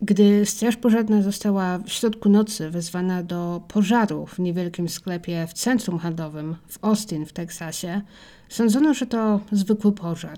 Gdy straż pożarna została w środku nocy wezwana do pożaru w niewielkim sklepie w centrum handlowym w Austin w Teksasie, sądzono, że to zwykły pożar.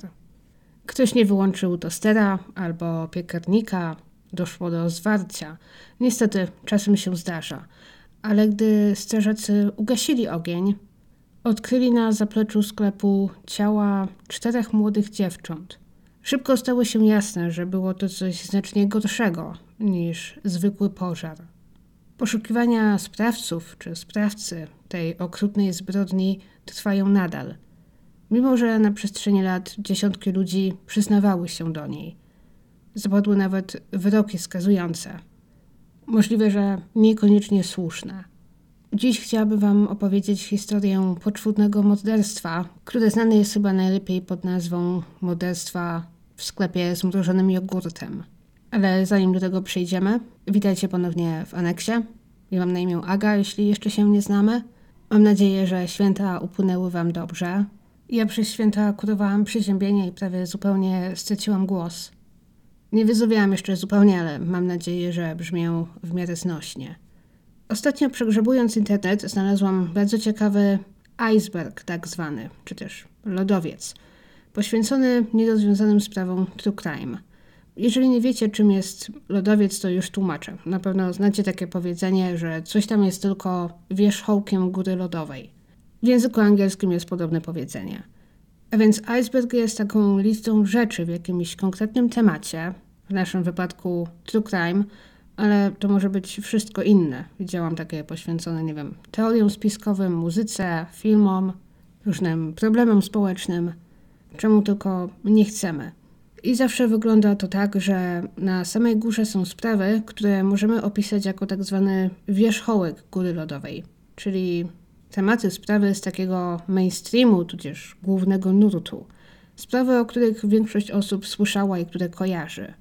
Ktoś nie wyłączył tostera albo piekarnika, doszło do zwarcia. Niestety czasem się zdarza. Ale gdy strażacy ugasili ogień, odkryli na zapleczu sklepu ciała 4 młodych dziewcząt. Szybko stało się jasne, że było to coś znacznie gorszego niż zwykły pożar. Poszukiwania sprawców czy sprawcy tej okrutnej zbrodni trwają nadal, mimo że na przestrzeni lat dziesiątki ludzi przyznawały się do niej. Zapadły nawet wyroki skazujące. Możliwe, że niekoniecznie słuszne. Dziś chciałabym Wam opowiedzieć historię poczwórnego morderstwa, które znane jest chyba najlepiej pod nazwą morderstwa w sklepie z mrożonym jogurtem. Ale zanim do tego przejdziemy, witajcie ponownie w Aneksie. Ja mam na imię Aga, jeśli jeszcze się nie znamy. Mam nadzieję, że święta upłynęły Wam dobrze. Ja przez święta kurowałam przeziębienie i prawie zupełnie straciłam głos. Nie wyzdrowiałam jeszcze zupełnie, ale mam nadzieję, że brzmię w miarę znośnie. Ostatnio przegrzebując internet znalazłam bardzo ciekawy iceberg tak zwany, czy też lodowiec, poświęcony nierozwiązanym sprawom true crime. Jeżeli nie wiecie, czym jest lodowiec, to już tłumaczę. Na pewno znacie takie powiedzenie, że coś tam jest tylko wierzchołkiem góry lodowej. W języku angielskim jest podobne powiedzenie. A więc iceberg jest taką listą rzeczy w jakimś konkretnym temacie, w naszym wypadku true crime, ale to może być wszystko inne. Widziałam takie poświęcone, teoriom spiskowym, muzyce, filmom, różnym problemom społecznym, czemu tylko nie chcemy. I zawsze wygląda to tak, że na samej górze są sprawy, które możemy opisać jako tak zwany wierzchołek góry lodowej, czyli tematy, sprawy z takiego mainstreamu, tudzież głównego nurtu. Sprawy, o których większość osób słyszała i które kojarzy.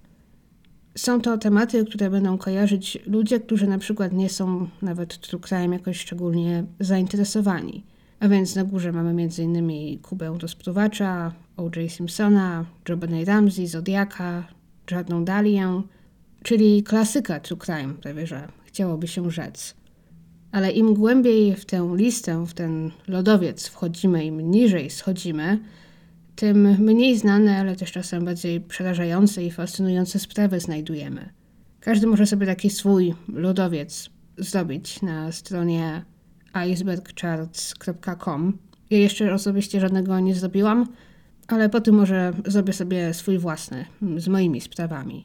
Są to tematy, które będą kojarzyć ludzie, którzy na przykład nie są nawet true crime jakoś szczególnie zainteresowani. A więc na górze mamy m.in. Kubę rozpruwacza, O.J. Simpsona, JonBenet Ramsey, Zodiaka, Czarną Dalię, czyli klasyka true crime, prawie że chciałoby się rzec. Ale im głębiej w tę listę, w ten lodowiec wchodzimy, im niżej schodzimy, tym mniej znane, ale też czasem bardziej przerażające i fascynujące sprawy znajdujemy. Każdy może sobie taki swój lodowiec zrobić na stronie icebergcharts.com. Ja jeszcze osobiście żadnego nie zrobiłam, ale po tym może zrobię sobie swój własny, z moimi sprawami.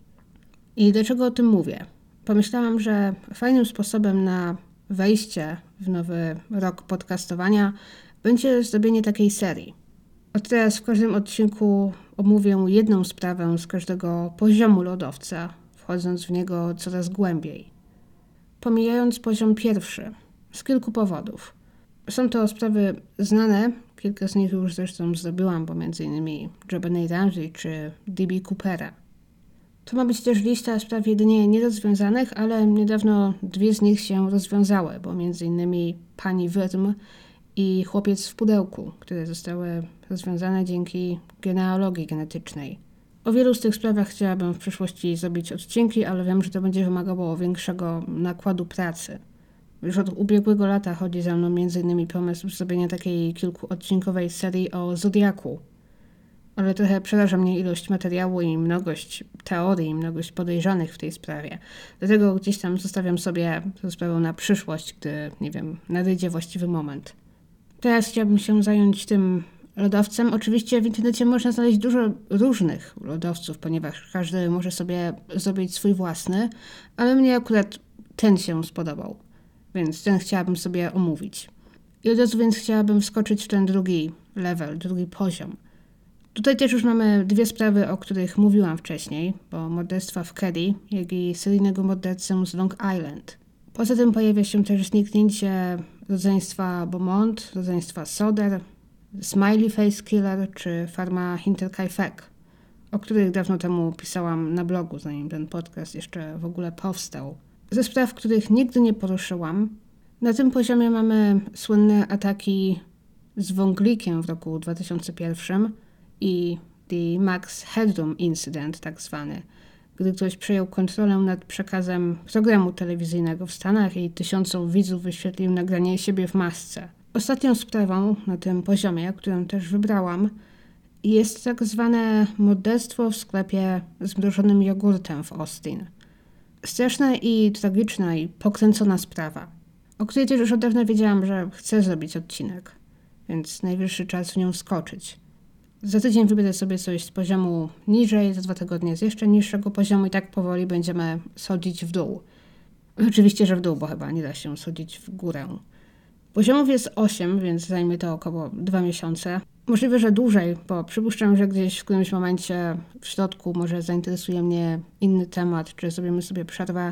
I dlaczego o tym mówię? Pomyślałam, że fajnym sposobem na wejście w nowy rok podcastowania będzie zrobienie takiej serii. Od teraz w każdym odcinku omówię jedną sprawę z każdego poziomu lodowca, wchodząc w niego coraz głębiej. Pomijając poziom pierwszy, z kilku powodów. Są to sprawy znane, kilka z nich już zresztą zrobiłam, bo m.in. JonBenet Ramsey czy D.B. Coopera. To ma być też lista spraw jedynie nierozwiązanych, ale niedawno 2 z nich się rozwiązały, bo m.in. Pani Wyrm i Chłopiec w pudełku, które zostały rozwiązane dzięki genealogii genetycznej. O wielu z tych sprawach chciałabym w przyszłości zrobić odcinki, ale wiem, że to będzie wymagało większego nakładu pracy. Już od ubiegłego lata chodzi za mną m.in. pomysł zrobienia takiej kilkuodcinkowej serii o Zodiaku. Ale trochę przeraża mnie ilość materiału i mnogość teorii, mnogość podejrzanych w tej sprawie. Dlatego gdzieś tam zostawiam sobie tę sprawę na przyszłość, gdy, nadejdzie właściwy moment. Teraz chciałabym się zająć tym lodowcem. Oczywiście w internecie można znaleźć dużo różnych lodowców, ponieważ każdy może sobie zrobić swój własny, ale mnie akurat ten się spodobał, więc ten chciałabym sobie omówić. I od razu więc chciałabym wskoczyć w ten drugi level, drugi poziom. Tutaj też już mamy 2 sprawy, o których mówiłam wcześniej, bo morderstwa w Kerry, jak i seryjnego mordercę z Long Island. Poza tym pojawia się też zniknięcie rodzeństwa Beaumont, rodzeństwa Soder, Smiley Face Killer czy farma Hinterkaifeck, o których dawno temu pisałam na blogu, zanim ten podcast jeszcze w ogóle powstał. Ze spraw, których nigdy nie poruszyłam, na tym poziomie mamy słynne ataki z wąglikiem w roku 2001 i The Max Headroom Incident tak zwany, gdy ktoś przejął kontrolę nad przekazem programu telewizyjnego w Stanach i tysiącom widzów wyświetlił nagranie siebie w masce. Ostatnią sprawą na tym poziomie, którą też wybrałam, jest tak zwane morderstwo w sklepie z mrożonym jogurtem w Austin. Straszna i tragiczna i pokręcona sprawa, o której też już od dawna wiedziałam, że chcę zrobić odcinek, więc najwyższy czas w nią wskoczyć. Za tydzień wybiorę sobie coś z poziomu niżej, za 2 tygodnie z jeszcze niższego poziomu i tak powoli będziemy schodzić w dół. Oczywiście, że w dół, bo chyba nie da się schodzić w górę. Poziomów jest 8, więc zajmie to około 2 miesiące. Możliwe, że dłużej, bo przypuszczam, że gdzieś w którymś momencie w środku może zainteresuje mnie inny temat, czy zrobimy sobie przerwę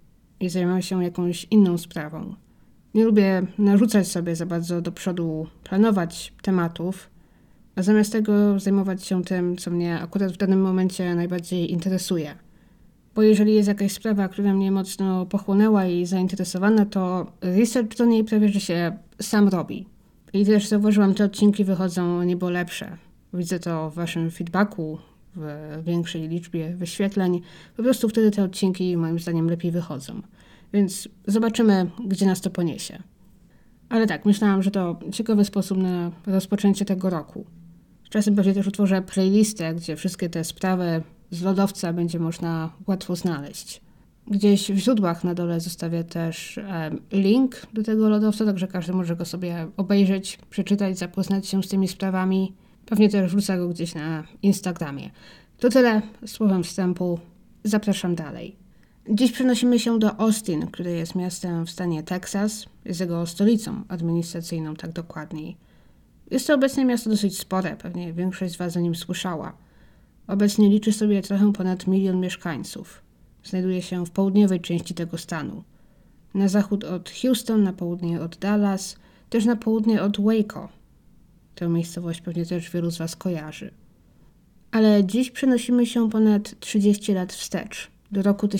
i zajmiemy się jakąś inną sprawą. Nie lubię narzucać sobie za bardzo do przodu, planować tematów, a zamiast tego zajmować się tym, co mnie akurat w danym momencie najbardziej interesuje. Bo jeżeli jest jakaś sprawa, która mnie mocno pochłonęła i zainteresowana, to research do niej prawie że się sam robi. I też zauważyłam, te odcinki wychodzą niebo lepsze. Widzę to w waszym feedbacku, w większej liczbie wyświetleń. Po prostu wtedy te odcinki moim zdaniem lepiej wychodzą. Więc zobaczymy, gdzie nas to poniesie. Ale tak, myślałam, że to ciekawy sposób na rozpoczęcie tego roku. Czasem pewnie też utworzę playlistę, gdzie wszystkie te sprawy z lodowca będzie można łatwo znaleźć. Gdzieś w źródłach na dole zostawię też link do tego lodowca, także każdy może go sobie obejrzeć, przeczytać, zapoznać się z tymi sprawami. Pewnie też wrzucę go gdzieś na Instagramie. To tyle słowem wstępu. Zapraszam dalej. Dziś przenosimy się do Austin, który jest miastem w stanie Teksas. Jest jego stolicą administracyjną, tak dokładniej. Jest to obecnie miasto dosyć spore, pewnie większość z was o nim słyszała. Obecnie liczy sobie trochę ponad 1 milion mieszkańców. Znajduje się w południowej części tego stanu. Na zachód od Houston, na południe od Dallas, też na południe od Waco. Tę miejscowość pewnie też wielu z was kojarzy. Ale dziś przenosimy się ponad 30 lat wstecz, do roku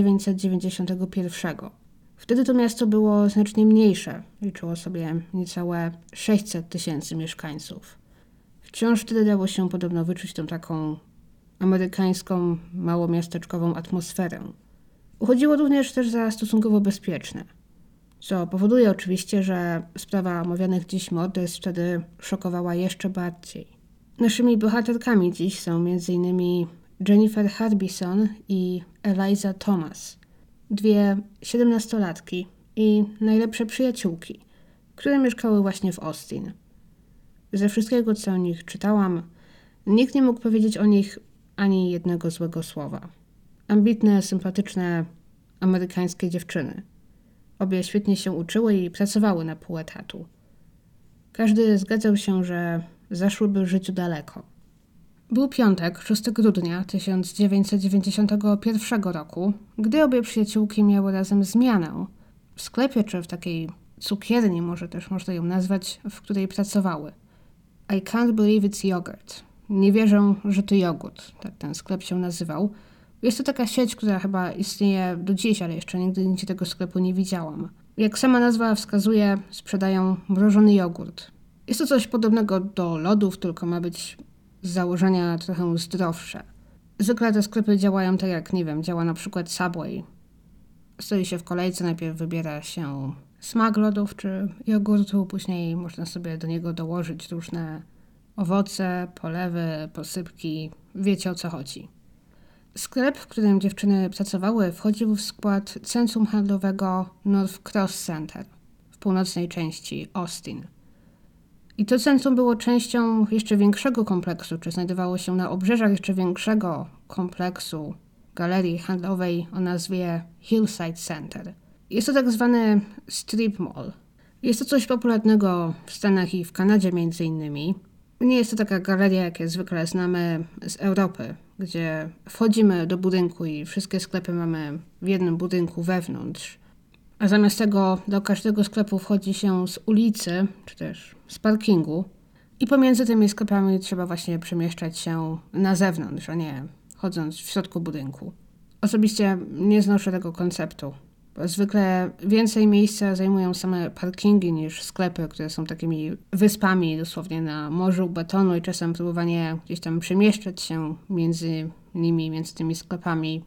1991. Wtedy to miasto było znacznie mniejsze, liczyło sobie niecałe 600 000 mieszkańców. Wciąż wtedy dało się podobno wyczuć tą taką amerykańską, małomiasteczkową atmosferę. Uchodziło również też za stosunkowo bezpieczne, co powoduje oczywiście, że sprawa omawianych dziś morderstw wtedy szokowała jeszcze bardziej. Naszymi bohaterkami dziś są m.in. Jennifer Harbison i Eliza Thomas, 2 17-latki i najlepsze przyjaciółki, które mieszkały właśnie w Austin. Ze wszystkiego, co o nich czytałam, nikt nie mógł powiedzieć o nich ani jednego złego słowa. Ambitne, sympatyczne, amerykańskie dziewczyny. Obie świetnie się uczyły i pracowały na pół etatu. Każdy zgadzał się, że zaszłyby w życiu daleko. Był piątek, 6 grudnia 1991 roku, gdy obie przyjaciółki miały razem zmianę w sklepie czy w takiej cukierni, może też można ją nazwać, w której pracowały. I can't believe it's yogurt. Nie wierzę, że to jogurt. Tak ten sklep się nazywał. Jest to taka sieć, która chyba istnieje do dziś, ale jeszcze nigdy nigdzie tego sklepu nie widziałam. Jak sama nazwa wskazuje, sprzedają mrożony jogurt. Jest to coś podobnego do lodów, tylko ma być z założenia trochę zdrowsze. Zwykle te sklepy działają tak jak, nie wiem, działa na przykład Subway. Stoi się w kolejce, najpierw wybiera się smak lodów czy jogurtu, później można sobie do niego dołożyć różne owoce, polewy, posypki. Wiecie, o co chodzi. Sklep, w którym dziewczyny pracowały, wchodził w skład centrum handlowego North Cross Center w północnej części Austin. I to centrum było częścią jeszcze większego kompleksu, czy znajdowało się na obrzeżach jeszcze większego kompleksu galerii handlowej o nazwie Hillside Center. Jest to tak zwany strip mall. Jest to coś popularnego w Stanach i w Kanadzie między innymi. Nie jest to taka galeria, jakie zwykle znamy z Europy, gdzie wchodzimy do budynku i wszystkie sklepy mamy w jednym budynku wewnątrz. A zamiast tego do każdego sklepu wchodzi się z ulicy, czy też z parkingu. I pomiędzy tymi sklepami trzeba właśnie przemieszczać się na zewnątrz, a nie chodząc w środku budynku. Osobiście nie znoszę tego konceptu. Bo zwykle więcej miejsca zajmują same parkingi niż sklepy, które są takimi wyspami dosłownie na morzu betonu i czasem próbowanie gdzieś tam przemieszczać się między nimi, między tymi sklepami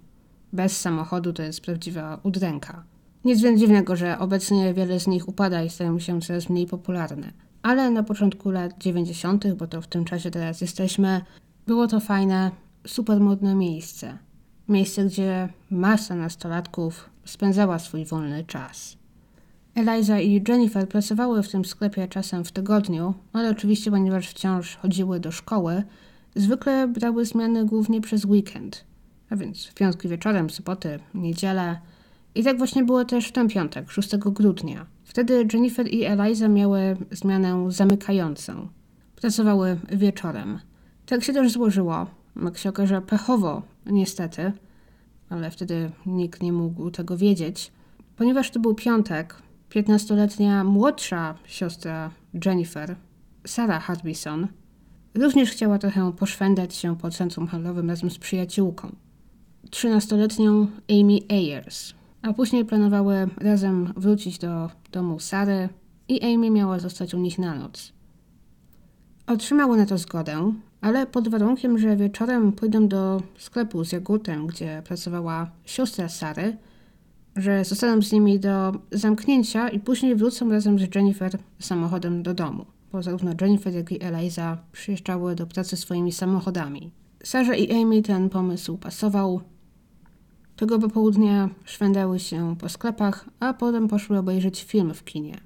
bez samochodu to jest prawdziwa udręka. Nic więc dziwnego, że obecnie wiele z nich upada i stają się coraz mniej popularne. Ale na początku lat 90., bo to w tym czasie teraz jesteśmy, było to fajne, super modne miejsce. Miejsce, gdzie masa nastolatków spędzała swój wolny czas. Eliza i Jennifer pracowały w tym sklepie czasem w tygodniu, ale oczywiście, ponieważ wciąż chodziły do szkoły, zwykle brały zmiany głównie przez weekend. A więc w piątki wieczorem, soboty, niedzielę. I tak właśnie było też w ten piątek, 6 grudnia. Wtedy Jennifer i Eliza miały zmianę zamykającą. Pracowały wieczorem. Tak się też złożyło, jak się okaże pechowo, niestety, ale wtedy nikt nie mógł tego wiedzieć. Ponieważ to był piątek, 15-letnia młodsza siostra Jennifer, Sarah Harbison, również chciała trochę poszwędać się po centrum handlowym razem z przyjaciółką, 13-letnią Amy Ayers, a później planowały razem wrócić do domu Sary i Amy miała zostać u nich na noc. Otrzymały na to zgodę, ale pod warunkiem, że wieczorem pójdą do sklepu z jogurtem, gdzie pracowała siostra Sary, że zostaną z nimi do zamknięcia i później wrócą razem z Jennifer samochodem do domu, bo zarówno Jennifer, jak i Eliza przyjeżdżały do pracy swoimi samochodami. Sarze i Amy ten pomysł pasował. Tego popołudnia szwędały się po sklepach, a potem poszły obejrzeć film w kinie.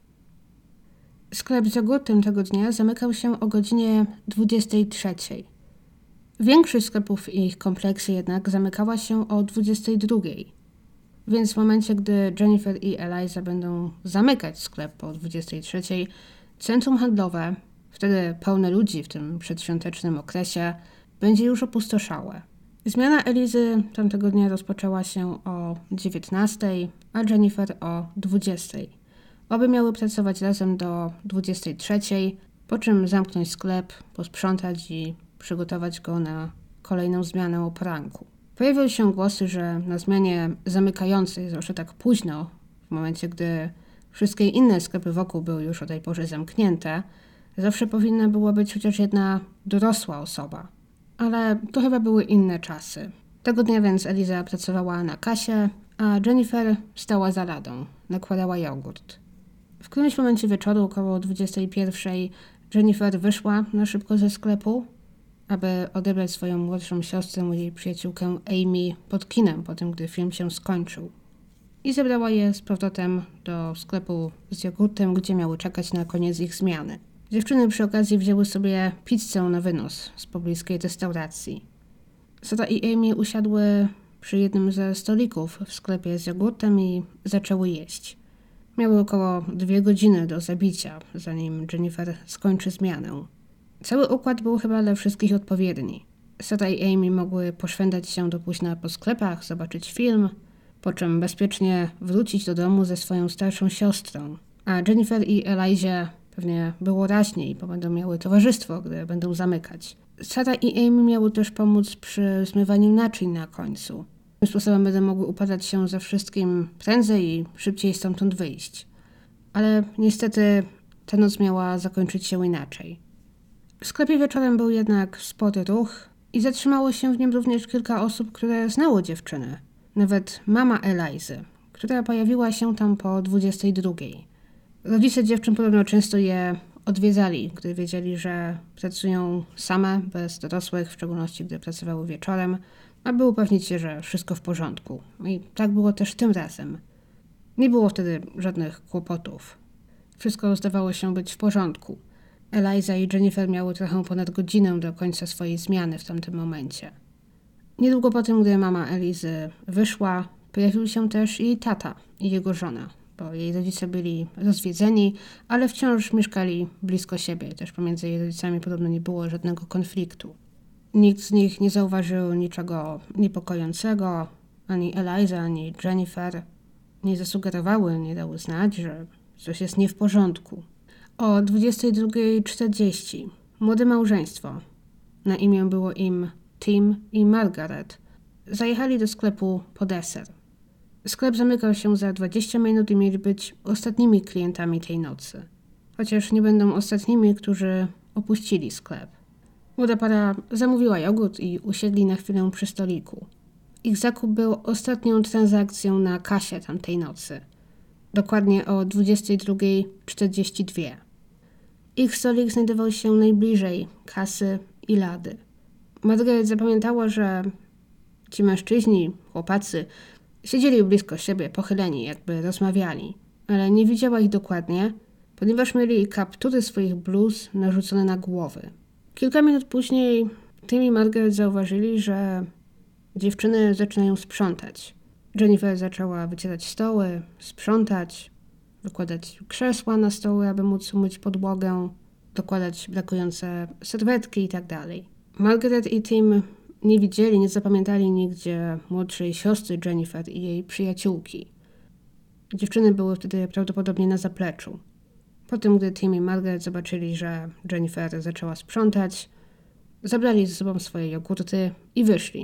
Sklep z jogurtem tego dnia zamykał się o godzinie 23. Większość sklepów i ich kompleksy jednak zamykała się o 22. Więc w momencie, gdy Jennifer i Eliza będą zamykać sklep po 23, centrum handlowe, wtedy pełne ludzi w tym przedświątecznym okresie, będzie już opustoszałe. Zmiana Elizy tamtego dnia rozpoczęła się o 19, a Jennifer o 20. Obie miały pracować razem do 23, po czym zamknąć sklep, posprzątać i przygotować go na kolejną zmianę o poranku. Pojawiły się głosy, że na zmianie zamykającej, zwłaszcza tak późno, w momencie gdy wszystkie inne sklepy wokół były już o tej porze zamknięte, zawsze powinna była być chociaż jedna dorosła osoba. Ale to chyba były inne czasy. Tego dnia więc Eliza pracowała na kasie, a Jennifer stała za ladą, nakładała jogurt. W którymś momencie wieczoru, około 21, Jennifer wyszła na szybko ze sklepu, aby odebrać swoją młodszą siostrę i jej przyjaciółkę Amy pod kinem, po tym gdy film się skończył. I zabrała je z powrotem do sklepu z jogurtem, gdzie miały czekać na koniec ich zmiany. Dziewczyny przy okazji wzięły sobie pizzę na wynos z pobliskiej restauracji. Sara i Amy usiadły przy jednym ze stolików w sklepie z jogurtem i zaczęły jeść. Miały około 2 godziny do zabicia, zanim Jennifer skończy zmianę. Cały układ był chyba dla wszystkich odpowiedni. Sara i Amy mogły poszwędać się do późna po sklepach, zobaczyć film, po czym bezpiecznie wrócić do domu ze swoją starszą siostrą. A Jennifer i Elizie pewnie było raźniej, bo będą miały towarzystwo, gdy będą zamykać. Sara i Amy miały też pomóc przy zmywaniu naczyń na końcu. Tym sposobem będą mogły upadać się ze wszystkim prędzej i szybciej stamtąd wyjść. Ale niestety ta noc miała zakończyć się inaczej. W sklepie wieczorem był jednak spory ruch i zatrzymało się w nim również kilka osób, które znało dziewczynę. Nawet mama Elizy, która pojawiła się tam po 22. Rodzice dziewczyn podobno często je odwiedzali, gdy wiedzieli, że pracują same, bez dorosłych, w szczególności gdy pracowały wieczorem, aby upewnić się, że wszystko w porządku. I tak było też tym razem. Nie było wtedy żadnych kłopotów. Wszystko zdawało się być w porządku. Eliza i Jennifer miały trochę ponad godzinę do końca swojej zmiany w tamtym momencie. Niedługo po tym, gdy mama Elizy wyszła, pojawił się też jej tata i jego żona, bo jej rodzice byli rozwiedzeni, ale wciąż mieszkali blisko siebie. Też pomiędzy jej rodzicami podobno nie było żadnego konfliktu. Nikt z nich nie zauważył niczego niepokojącego, ani Eliza, ani Jennifer nie zasugerowały, nie dały znać, że coś jest nie w porządku. O 22:40 młode małżeństwo, na imię było im Tim i Margaret, zajechali do sklepu po deser. Sklep zamykał się za 20 minut i mieli być ostatnimi klientami tej nocy. Chociaż nie będą ostatnimi, którzy opuścili sklep. Młoda para zamówiła jogurt i usiedli na chwilę przy stoliku. ich zakup był ostatnią transakcją na kasie tamtej nocy. Dokładnie o 22:42. Ich stolik znajdował się najbliżej kasy i lady. Margaret zapamiętała, że ci mężczyźni, chłopacy, siedzieli blisko siebie, pochyleni, jakby rozmawiali, ale nie widziała ich dokładnie, ponieważ mieli kaptury swoich bluz narzucone na głowy. Kilka minut później Tim i Margaret zauważyli, że dziewczyny zaczynają sprzątać. Jennifer zaczęła wycierać stoły, sprzątać, wykładać krzesła na stoły, aby móc umyć podłogę, dokładać brakujące serwetki itd. Margaret i Tim nie widzieli, nie zapamiętali nigdzie młodszej siostry Jennifer i jej przyjaciółki. Dziewczyny były wtedy prawdopodobnie na zapleczu. Potem, gdy Tim i Margaret zobaczyli, że Jennifer zaczęła sprzątać, zabrali ze sobą swoje jogurty i wyszli.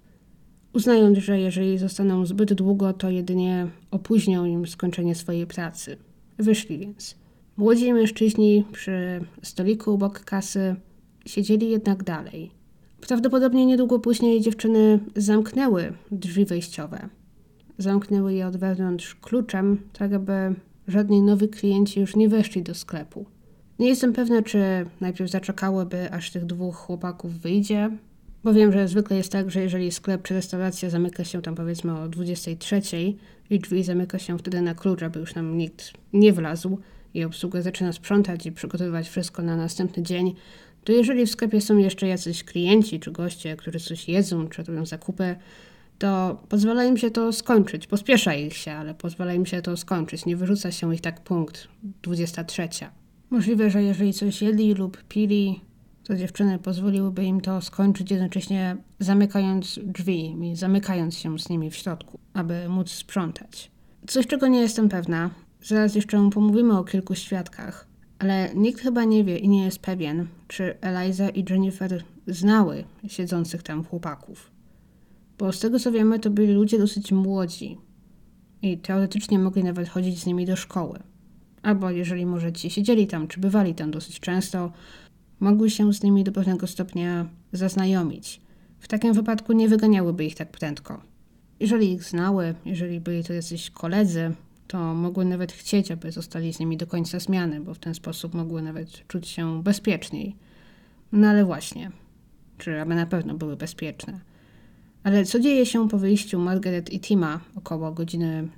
Uznając, że jeżeli zostaną zbyt długo, to jedynie opóźnią im skończenie swojej pracy. Wyszli więc. Młodzi mężczyźni przy stoliku obok kasy siedzieli jednak dalej. Prawdopodobnie niedługo później dziewczyny zamknęły drzwi wejściowe. Zamknęły je od wewnątrz kluczem, tak aby żadni nowi klienci już nie weszli do sklepu. Nie jestem pewna, czy najpierw zaczekałyby, aż tych dwóch chłopaków wyjdzie, bo wiem, że zwykle jest tak, że jeżeli sklep czy restauracja zamyka się tam powiedzmy o 23:00 i drzwi zamyka się wtedy na klucz, aby już tam nikt nie wlazł i obsługa zaczyna sprzątać i przygotowywać wszystko na następny dzień, to jeżeli w sklepie są jeszcze jacyś klienci czy goście, którzy coś jedzą czy robią zakupy, to pozwala im się to skończyć. Pospiesza ich się, ale pozwala im się to skończyć. Nie wyrzuca się ich tak punkt 23:00. Możliwe, że jeżeli coś jedli lub pili, to dziewczyny pozwoliłyby im to skończyć, jednocześnie zamykając drzwi i zamykając się z nimi w środku, aby móc sprzątać. Coś, czego nie jestem pewna, zaraz jeszcze pomówimy o kilku świadkach, ale nikt chyba nie wie i nie jest pewien, czy Eliza i Jennifer znały siedzących tam chłopaków. Bo z tego co wiemy, to byli ludzie dosyć młodzi i teoretycznie mogli nawet chodzić z nimi do szkoły. Albo jeżeli może ci siedzieli tam, czy bywali tam dosyć często, mogły się z nimi do pewnego stopnia zaznajomić. W takim wypadku nie wyganiałyby ich tak prędko. Jeżeli ich znały, jeżeli byli to jacyś koledzy, to mogły nawet chcieć, aby zostali z nimi do końca zmiany, bo w ten sposób mogły nawet czuć się bezpieczniej. No ale właśnie, czy aby na pewno były bezpieczne. Ale co dzieje się po wyjściu Margaret i Tima około godziny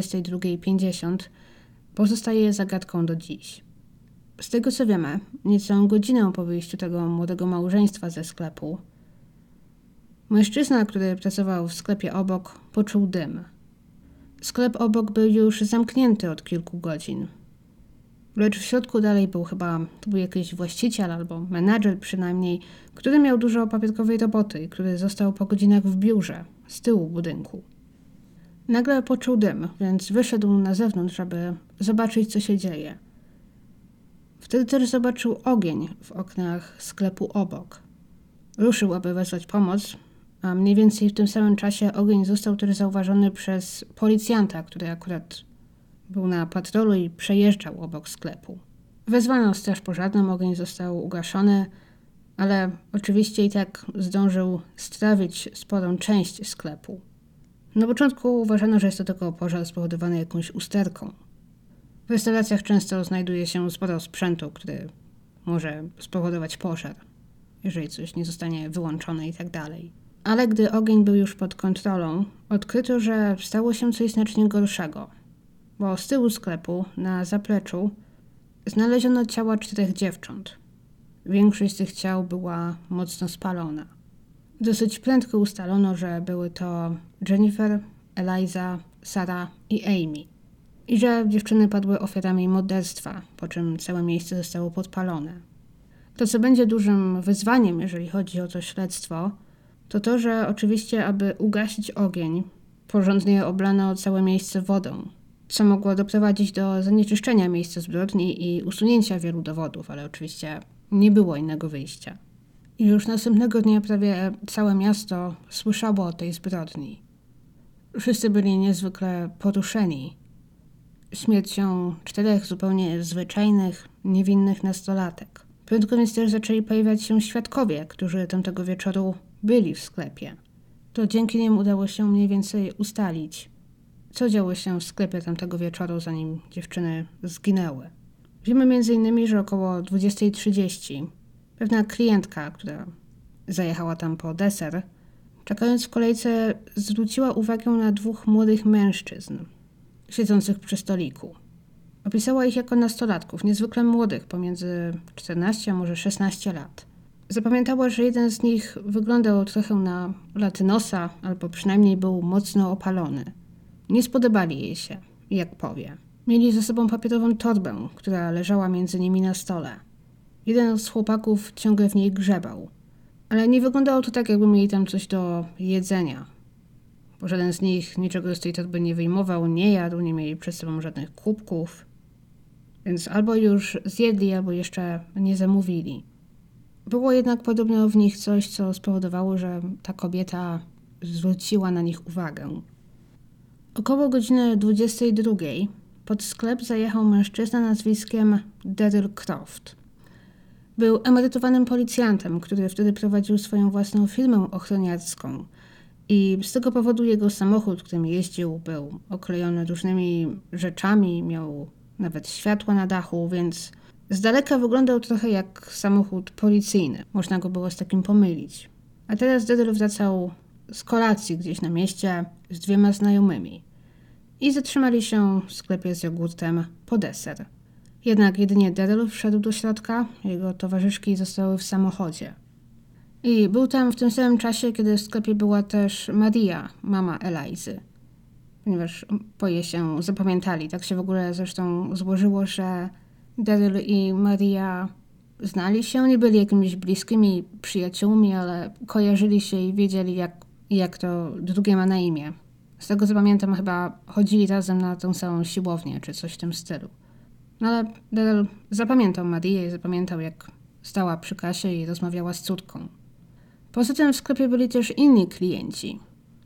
22:50, pozostaje zagadką do dziś. Z tego co wiemy, niecałą godzinę po wyjściu tego młodego małżeństwa ze sklepu, mężczyzna, który pracował w sklepie obok, poczuł dym. Sklep obok był już zamknięty od kilku godzin. Lecz w środku dalej był to był jakiś właściciel albo menadżer przynajmniej, który miał dużo papierkowej roboty i który został po godzinach w biurze, z tyłu budynku. Nagle poczuł dym, więc wyszedł na zewnątrz, aby zobaczyć, co się dzieje. Wtedy też zobaczył ogień w oknach sklepu obok. Ruszył, aby wezwać pomoc, a mniej więcej w tym samym czasie ogień został też zauważony przez policjanta, który akurat był na patrolu i przejeżdżał obok sklepu. Wezwano straż pożarną, ogień został ugaszony, ale oczywiście i tak zdążył strawić sporą część sklepu. Na początku uważano, że jest to tylko pożar spowodowany jakąś usterką. W restauracjach często znajduje się sporo sprzętu, który może spowodować pożar, jeżeli coś nie zostanie wyłączone i tak dalej. Ale gdy ogień był już pod kontrolą, odkryto, że stało się coś znacznie gorszego, bo z tyłu sklepu, na zapleczu, znaleziono ciała 4 dziewcząt. Większość z tych ciał była mocno spalona. Dosyć prędko ustalono, że były to Jennifer, Eliza, Sarah i Amy. I że dziewczyny padły ofiarami morderstwa, po czym całe miejsce zostało podpalone. To, co będzie dużym wyzwaniem, jeżeli chodzi o to śledztwo, to to, że oczywiście, aby ugasić ogień, porządnie oblano całe miejsce wodą, co mogło doprowadzić do zanieczyszczenia miejsca zbrodni i usunięcia wielu dowodów, ale oczywiście nie było innego wyjścia. I już następnego dnia prawie całe miasto słyszało o tej zbrodni. Wszyscy byli niezwykle poruszeni śmiercią 4 zupełnie zwyczajnych, niewinnych nastolatek. Prędko więc też zaczęli pojawiać się świadkowie, którzy tamtego wieczoru byli w sklepie. to dzięki nim udało się mniej więcej ustalić, co działo się w sklepie tamtego wieczoru, zanim dziewczyny zginęły. Wiemy m.in., że około 20:30 pewna klientka, która zajechała tam po deser, czekając w kolejce, zwróciła uwagę na 2 młodych mężczyzn siedzących przy stoliku. Opisała ich jako nastolatków, niezwykle młodych, pomiędzy 14 a może 16 lat. Zapamiętała, że jeden z nich wyglądał trochę na latynosa, albo przynajmniej był mocno opalony. Nie spodobali jej się, jak powie. Mieli ze sobą papierową torbę, która leżała między nimi na stole. Jeden z chłopaków ciągle w niej grzebał, ale nie wyglądało to tak, jakby mieli tam coś do jedzenia. Bo żaden z nich niczego z tej torby nie wyjmował, nie jadł, nie mieli przed sobą żadnych kubków. Więc albo już zjedli, albo jeszcze nie zamówili. Było jednak podobno w nich coś, co spowodowało, że ta kobieta zwróciła na nich uwagę. Około godziny 22:00 pod sklep zajechał mężczyzna nazwiskiem Daryl Croft. Był emerytowanym policjantem, który wtedy prowadził swoją własną firmę ochroniarską i z tego powodu jego samochód, którym jeździł, był oklejony różnymi rzeczami, miał nawet światła na dachu, więc z daleka wyglądał trochę jak samochód policyjny. Można go było z takim pomylić. A teraz Daryl wracał z kolacji gdzieś na mieście z 2 znajomymi i zatrzymali się w sklepie z jogurtem po deser. Jednak jedynie Daryl wszedł do środka, jego towarzyszki zostały w samochodzie. I był tam w tym samym czasie, kiedy w sklepie była też Maria, mama Elizy. Ponieważ oboje się zapamiętali. Tak się w ogóle zresztą złożyło, że Daryl i Maria znali się, nie byli jakimiś bliskimi przyjaciółmi, ale kojarzyli się i wiedzieli, jak to drugie ma na imię. Z tego co pamiętam, chyba chodzili razem na tą samą siłownię, czy coś w tym stylu. No ale Daryl zapamiętał Marię i zapamiętał, jak stała przy kasie i rozmawiała z córką. Poza tym w sklepie byli też inni klienci,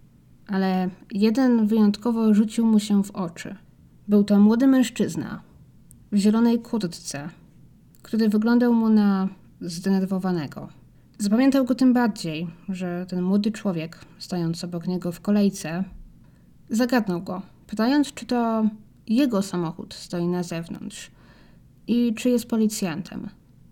ale jeden wyjątkowo rzucił mu się w oczy. Był to młody mężczyzna w zielonej kurtce, który wyglądał mu na zdenerwowanego. Zapamiętał go tym bardziej, że ten młody człowiek, stojąc obok niego w kolejce, zagadnął go, pytając, czy to jego samochód stoi na zewnątrz i czy jest policjantem.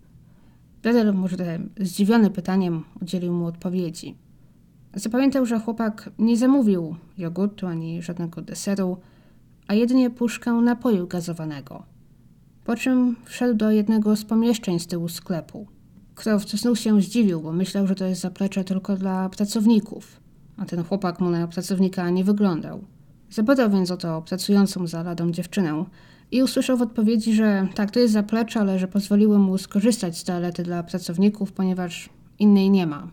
Daryl, może zdziwiony pytaniem, udzielił mu odpowiedzi. Zapamiętał, że chłopak nie zamówił jogurtu ani żadnego deseru, a jedynie puszkę napoju gazowanego. Po czym wszedł do jednego z pomieszczeń z tyłu sklepu. Croft znów się zdziwił, bo myślał, że to jest zaplecze tylko dla pracowników, a ten chłopak mu na pracownika nie wyglądał. Zapytał więc o to pracującą za ladą dziewczynę i usłyszał w odpowiedzi, że tak, to jest zaplecze, ale że pozwoliły mu skorzystać z toalety dla pracowników, ponieważ innej nie ma.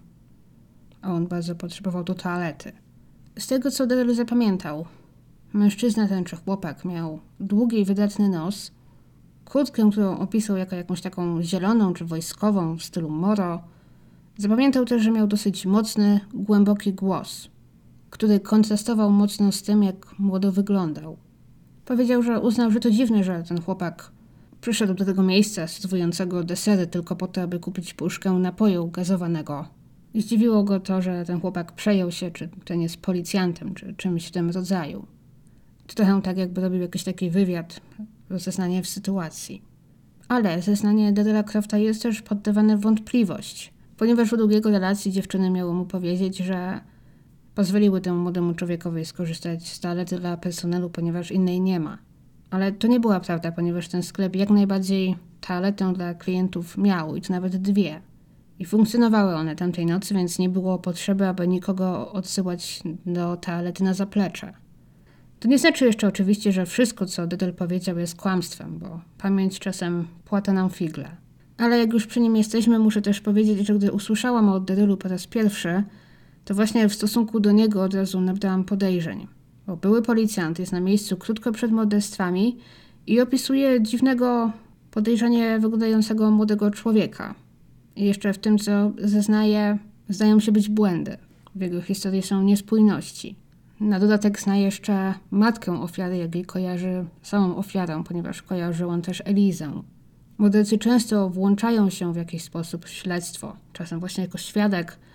A on bardzo potrzebował do toalety. Z tego, co Daryl zapamiętał, mężczyzna ten czy chłopak miał długi i wydatny nos, kurtkę, którą opisał jako jakąś taką zieloną czy wojskową w stylu Moro. Zapamiętał też, że miał dosyć mocny, głęboki głos, który kontrastował mocno z tym, jak młodo wyglądał. Powiedział, że uznał, że to dziwne, że ten chłopak przyszedł do tego miejsca serwującego desery tylko po to, aby kupić puszkę napoju gazowanego. I zdziwiło go to, że ten chłopak przejął się, czy ten jest policjantem, czy czymś w tym rodzaju. To trochę tak, jakby robił jakiś taki wywiad, rozeznanie w sytuacji. Ale zeznanie Daryla Crofta jest też poddawane w wątpliwość, ponieważ według jego relacji dziewczyny miały mu powiedzieć, że pozwoliły temu młodemu człowiekowi skorzystać z toalety dla personelu, ponieważ innej nie ma. Ale to nie była prawda, ponieważ ten sklep jak najbardziej toaletę dla klientów miał i to nawet 2. I funkcjonowały one tamtej nocy, więc nie było potrzeby, aby nikogo odsyłać do toalety na zaplecze. To nie znaczy jeszcze oczywiście, że wszystko, co Daryl powiedział, jest kłamstwem, bo pamięć czasem płata nam figle. Ale jak już przy nim jesteśmy, muszę też powiedzieć, że gdy usłyszałam o Darylu po raz pierwszy, to właśnie w stosunku do niego od razu nabrałam podejrzeń. Bo były policjant jest na miejscu krótko przed morderstwami i opisuje dziwnego, podejrzanie wyglądającego młodego człowieka. I jeszcze w tym, co zeznaje, zdają się być błędy. W jego historii są niespójności. Na dodatek zna jeszcze matkę ofiary, jak jej kojarzy samą ofiarę, ponieważ kojarzył on też Elizę. Mordercy często włączają się w jakiś sposób w śledztwo, czasem właśnie jako świadek,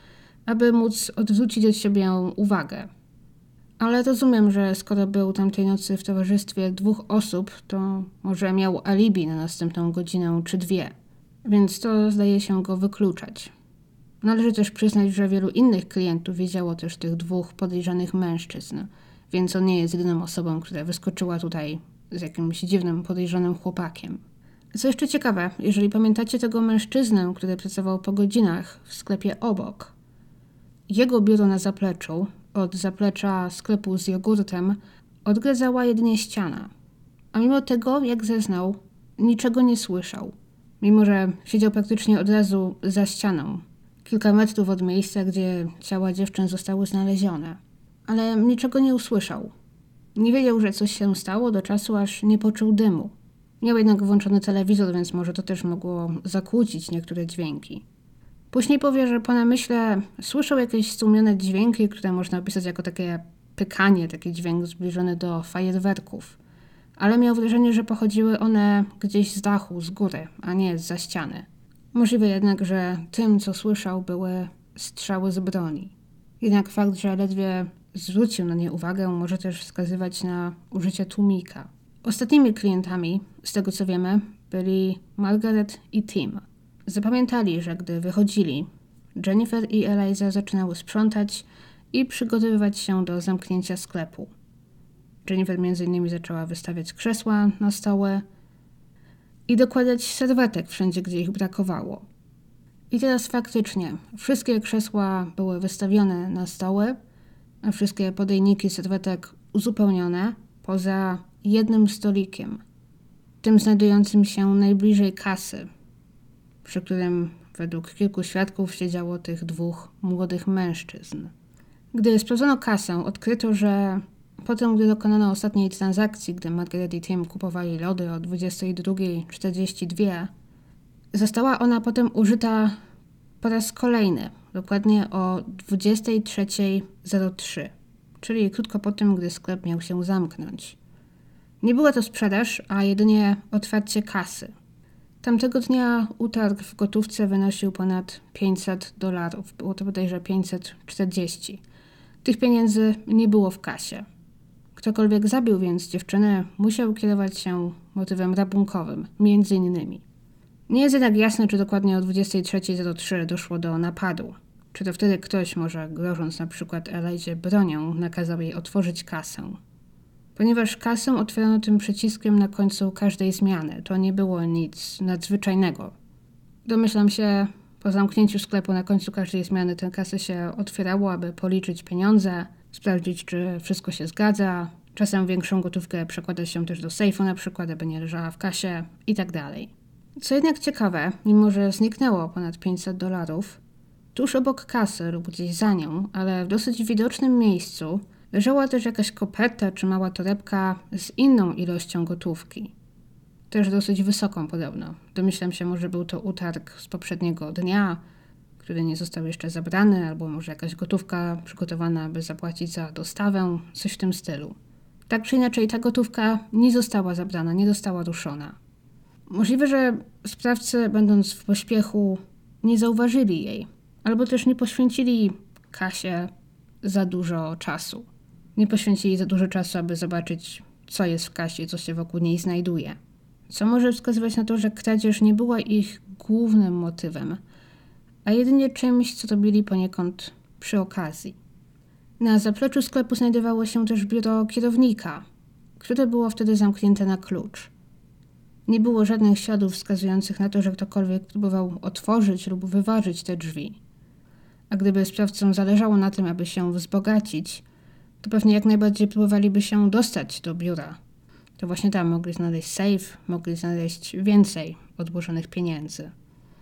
aby móc odwrócić od siebie uwagę. Ale rozumiem, że skoro był tamtej nocy w towarzystwie 2 osób, to może miał alibi na następną godzinę czy 2, więc to zdaje się go wykluczać. Należy też przyznać, że wielu innych klientów wiedziało też tych 2 podejrzanych mężczyzn, więc on nie jest jedyną osobą, która wyskoczyła tutaj z jakimś dziwnym, podejrzanym chłopakiem. Co jeszcze ciekawe, jeżeli pamiętacie tego mężczyznę, który pracował po godzinach w sklepie obok, jego biuro na zapleczu, od zaplecza sklepu z jogurtem, odgradzała jedynie ściana. A mimo tego, jak zeznał, niczego nie słyszał. Mimo że siedział praktycznie od razu za ścianą, kilka metrów od miejsca, gdzie ciała dziewczyn zostały znalezione. Ale niczego nie usłyszał. Nie wiedział, że coś się stało do czasu, aż nie poczuł dymu. Miał jednak włączony telewizor, więc może to też mogło zakłócić niektóre dźwięki. Później powie, że po namyśle słyszał jakieś stłumione dźwięki, które można opisać jako takie pykanie, taki dźwięk zbliżony do fajerwerków. Ale miał wrażenie, że pochodziły one gdzieś z dachu, z góry, a nie zza ściany. Możliwe jednak, że tym, co słyszał, były strzały z broni. Jednak fakt, że ledwie zwrócił na nie uwagę, może też wskazywać na użycie tłumika. Ostatnimi klientami, z tego co wiemy, byli Margaret i Tim. Zapamiętali, że gdy wychodzili, Jennifer i Eliza zaczynały sprzątać i przygotowywać się do zamknięcia sklepu. Jennifer m.in. zaczęła wystawiać krzesła na stoły i dokładać serwetek wszędzie, gdzie ich brakowało. I teraz faktycznie wszystkie krzesła były wystawione na stoły, a wszystkie podejniki serwetek uzupełnione poza jednym stolikiem, tym znajdującym się najbliżej kasy, przy którym według kilku świadków siedziało tych 2 młodych mężczyzn. Gdy sprawdzono kasę, odkryto, że potem, gdy dokonano ostatniej transakcji, gdy Margaret i Tim kupowali lody o 22:42, została ona potem użyta po raz kolejny, dokładnie o 23:03, czyli krótko po tym, gdy sklep miał się zamknąć. Nie była to sprzedaż, a jedynie otwarcie kasy. Tamtego dnia utarg w gotówce wynosił ponad $500. Było to bodajże 540. Tych pieniędzy nie było w kasie. Ktokolwiek zabił więc dziewczynę, musiał kierować się motywem rabunkowym, między innymi. Nie jest jednak jasne, czy dokładnie o 23:03 doszło do napadu. Czy to wtedy ktoś, może grożąc na przykład Elizie bronią, nakazał jej otworzyć kasę. Ponieważ kasę otwierano tym przyciskiem na końcu każdej zmiany, to nie było nic nadzwyczajnego. Domyślam się, po zamknięciu sklepu na końcu każdej zmiany tę kasę się otwierało, aby policzyć pieniądze, sprawdzić, czy wszystko się zgadza. Czasem większą gotówkę przekłada się też do sejfu na przykład, aby nie leżała w kasie i tak dalej. Co jednak ciekawe, mimo że zniknęło ponad $500, tuż obok kasy lub gdzieś za nią, ale w dosyć widocznym miejscu, leżała też jakaś koperta czy mała torebka z inną ilością gotówki. Też dosyć wysoką podobno. Domyślam się, może był to utarg z poprzedniego dnia, który nie został jeszcze zabrany, albo może jakaś gotówka przygotowana, by zapłacić za dostawę, coś w tym stylu. Tak czy inaczej, ta gotówka nie została zabrana, nie została ruszona. Możliwe, że sprawcy, będąc w pośpiechu, nie zauważyli jej, albo też nie poświęcili kasie za dużo czasu. Nie poświęcili za dużo czasu, aby zobaczyć, co jest w kasie, co się wokół niej znajduje. Co może wskazywać na to, że kradzież nie była ich głównym motywem, a jedynie czymś, co robili poniekąd przy okazji. Na zapleczu sklepu znajdowało się też biuro kierownika, które było wtedy zamknięte na klucz. Nie było żadnych śladów wskazujących na to, że ktokolwiek próbował otworzyć lub wyważyć te drzwi. A gdyby sprawcom zależało na tym, aby się wzbogacić, to pewnie jak najbardziej próbowaliby się dostać do biura. To właśnie tam mogli znaleźć sejf, mogli znaleźć więcej odłożonych pieniędzy.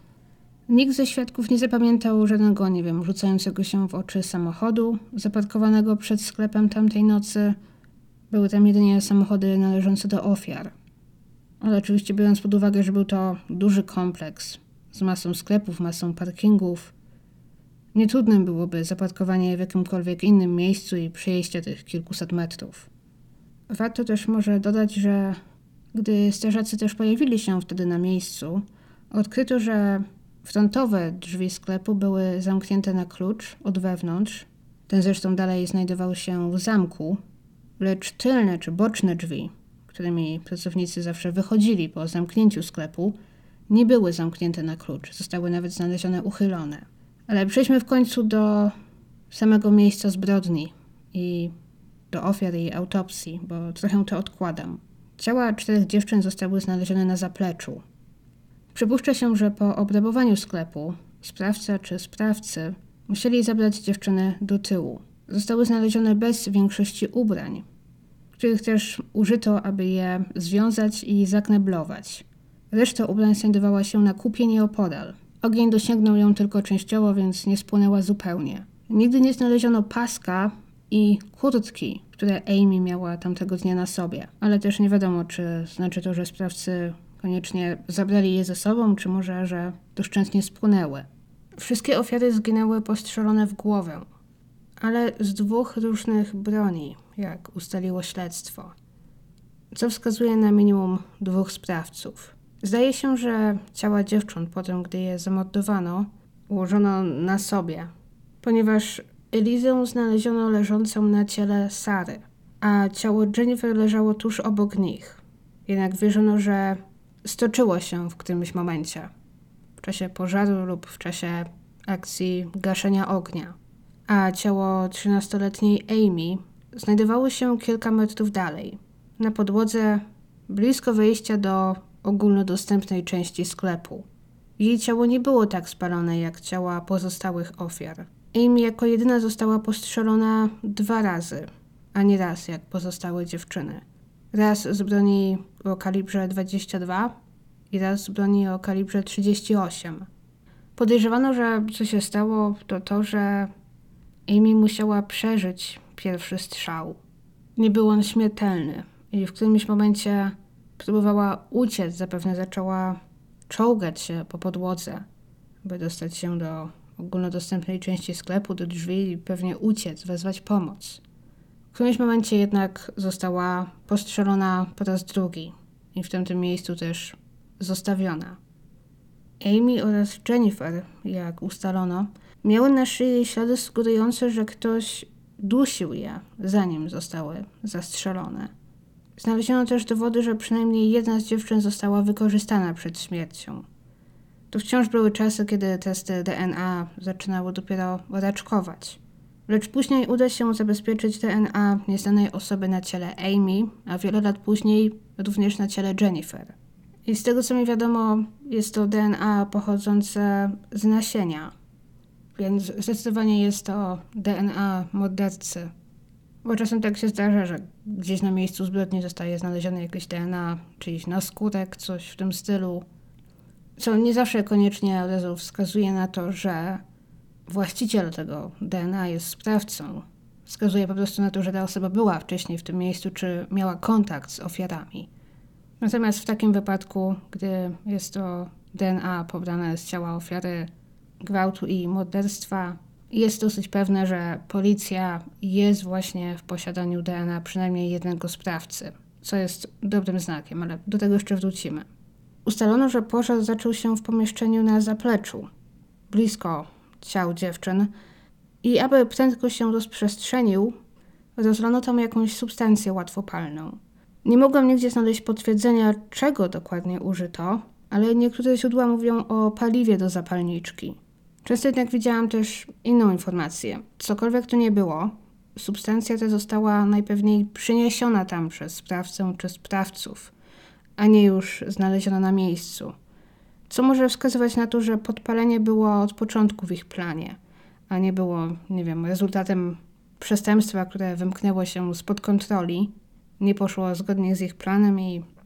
Nikt ze świadków nie zapamiętał żadnego, rzucającego się w oczy samochodu zaparkowanego przed sklepem tamtej nocy. Były tam jedynie samochody należące do ofiar. Ale oczywiście biorąc pod uwagę, że był to duży kompleks z masą sklepów, masą parkingów, nietrudnym byłoby zaparkowanie w jakimkolwiek innym miejscu i przejście tych kilkuset metrów. Warto też może dodać, że gdy strażacy też pojawili się wtedy na miejscu, odkryto, że Frontowe drzwi sklepu były zamknięte na klucz od wewnątrz. Ten zresztą dalej znajdował się w zamku, lecz tylne czy boczne drzwi, którymi pracownicy zawsze wychodzili po zamknięciu sklepu, nie były zamknięte na klucz. Zostały nawet znalezione uchylone. Ale przejdźmy w końcu do samego miejsca zbrodni i do ofiar i autopsji, bo trochę to odkładam. Ciała 4 dziewczyn zostały znalezione na zapleczu. Przypuszcza się, że po obrabowaniu sklepu sprawca czy sprawcy musieli zabrać dziewczyny do tyłu. Zostały znalezione bez większości ubrań, których też użyto, aby je związać i zakneblować. Reszta ubrań znajdowała się na kupie nieopodal. Ogień dosięgnął ją tylko częściowo, więc nie spłonęła zupełnie. Nigdy nie znaleziono paska i kurtki, które Amy miała tamtego dnia na sobie. Ale też nie wiadomo, czy znaczy to, że sprawcy koniecznie zabrali je ze sobą, czy może, że doszczętnie spłonęły. Wszystkie ofiary zginęły postrzelone w głowę, ale z 2 różnych broni, jak ustaliło śledztwo, co wskazuje na minimum 2 sprawców. Zdaje się, że ciała dziewcząt potem, gdy je zamordowano, ułożono na sobie, ponieważ Elizę znaleziono leżącą na ciele Sary, a ciało Jennifer leżało tuż obok nich. Jednak wierzono, że stoczyło się w którymś momencie, w czasie pożaru lub w czasie akcji gaszenia ognia. A ciało 13-letniej Amy znajdowało się kilka metrów dalej, na podłodze blisko wejścia do ogólnodostępnej części sklepu. Jej ciało nie było tak spalone jak ciała pozostałych ofiar. Amy jako jedyna została postrzelona 2 razy, a nie raz jak pozostałe dziewczyny. Raz z broni o kalibrze 22 i raz z broni o kalibrze 38. Podejrzewano, że co się stało, to to, że Amy musiała przeżyć pierwszy strzał. Nie był on śmiertelny i w którymś momencie próbowała uciec, zapewne zaczęła czołgać się po podłodze, by dostać się do ogólnodostępnej części sklepu, do drzwi i pewnie uciec, wezwać pomoc. W którymś momencie jednak została postrzelona po raz drugi i w tamtym miejscu też zostawiona. Amy oraz Jennifer, jak ustalono, miały na szyi ślady sugerujące, że ktoś dusił je, zanim zostały zastrzelone. Znaleziono też dowody, że przynajmniej jedna z dziewczyn została wykorzystana przed śmiercią. To wciąż były czasy, kiedy testy DNA zaczynały dopiero raczkować. Lecz później uda się zabezpieczyć DNA nieznanej osoby na ciele Amy, a wiele lat później również na ciele Jennifer. I z tego, co mi wiadomo, jest to DNA pochodzące z nasienia, więc zdecydowanie jest to DNA mordercy. Bo czasem tak się zdarza, że gdzieś na miejscu zbrodni zostaje znalezione jakieś DNA, czyjś naskórek, coś w tym stylu, co nie zawsze koniecznie od razu wskazuje na to, że właściciel tego DNA jest sprawcą. Wskazuje po prostu na to, że ta osoba była wcześniej w tym miejscu, czy miała kontakt z ofiarami. Natomiast w takim wypadku, gdy jest to DNA pobrane z ciała ofiary gwałtu i morderstwa, jest dosyć pewne, że policja jest właśnie w posiadaniu DNA przynajmniej jednego sprawcy, co jest dobrym znakiem, ale do tego jeszcze wrócimy. Ustalono, że pożar zaczął się w pomieszczeniu na zapleczu, blisko ciał dziewczyn i aby prędko się rozprzestrzenił, rozlano tam jakąś substancję łatwopalną. Nie mogłam nigdzie znaleźć potwierdzenia, czego dokładnie użyto, ale niektóre źródła mówią o paliwie do zapalniczki. Często jednak widziałam też inną informację. Cokolwiek to nie było, substancja ta została najpewniej przyniesiona tam przez sprawcę czy sprawców, a nie już znaleziona na miejscu. Co może wskazywać na to, że podpalenie było od początku w ich planie, a nie było, rezultatem przestępstwa, które wymknęło się spod kontroli, nie poszło zgodnie z ich planem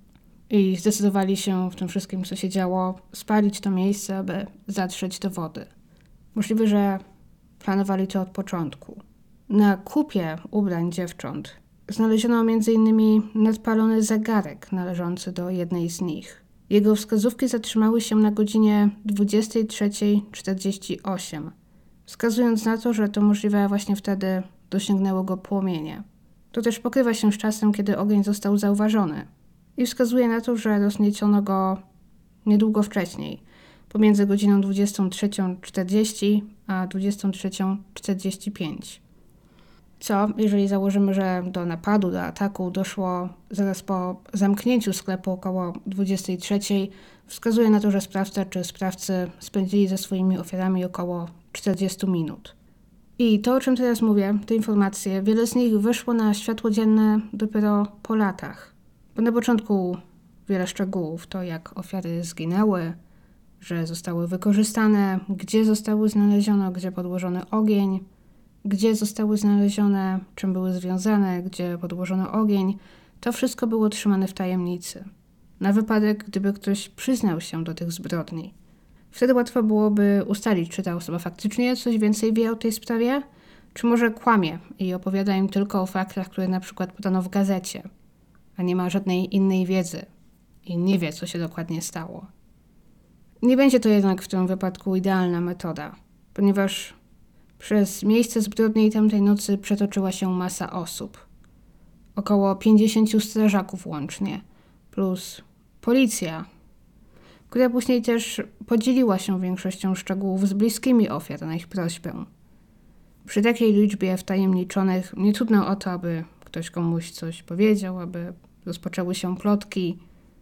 i zdecydowali się w tym wszystkim, co się działo, spalić to miejsce, aby zatrzeć dowody. Możliwe, że planowali to od początku. Na kupie ubrań dziewcząt znaleziono m.in. nadpalony zegarek należący do jednej z nich. Jego wskazówki zatrzymały się na godzinie 23:48, wskazując na to, że to możliwe właśnie wtedy dosięgnęło go płomienie. To też pokrywa się z czasem, kiedy ogień został zauważony i wskazuje na to, że rozniecono go niedługo wcześniej, pomiędzy godziną 23:40 a 23:45. Co, jeżeli założymy, że do napadu, do ataku doszło zaraz po zamknięciu sklepu około 23:00, wskazuje na to, że sprawca czy sprawcy spędzili ze swoimi ofiarami około 40 minut. I to, o czym teraz mówię, te informacje, wiele z nich wyszło na światło dzienne dopiero po latach. Bo na początku wiele szczegółów, to jak ofiary zginęły, że zostały wykorzystane, gdzie zostały znalezione, gdzie podłożono ogień, gdzie zostały znalezione, czym były związane, gdzie podłożono ogień, to wszystko było trzymane w tajemnicy. Na wypadek, gdyby ktoś przyznał się do tych zbrodni. Wtedy łatwo byłoby ustalić, czy ta osoba faktycznie coś więcej wie o tej sprawie, czy może kłamie i opowiada im tylko o faktach, które na przykład podano w gazecie, a nie ma żadnej innej wiedzy i nie wie, co się dokładnie stało. Nie będzie to jednak w tym wypadku idealna metoda, ponieważ przez miejsce zbrodni tamtej nocy przetoczyła się masa osób. Około 50 strażaków łącznie, plus policja, która później też podzieliła się większością szczegółów z bliskimi ofiar na ich prośbę. Przy takiej liczbie wtajemniczonych nie trudno o to, aby ktoś komuś coś powiedział, aby rozpoczęły się plotki.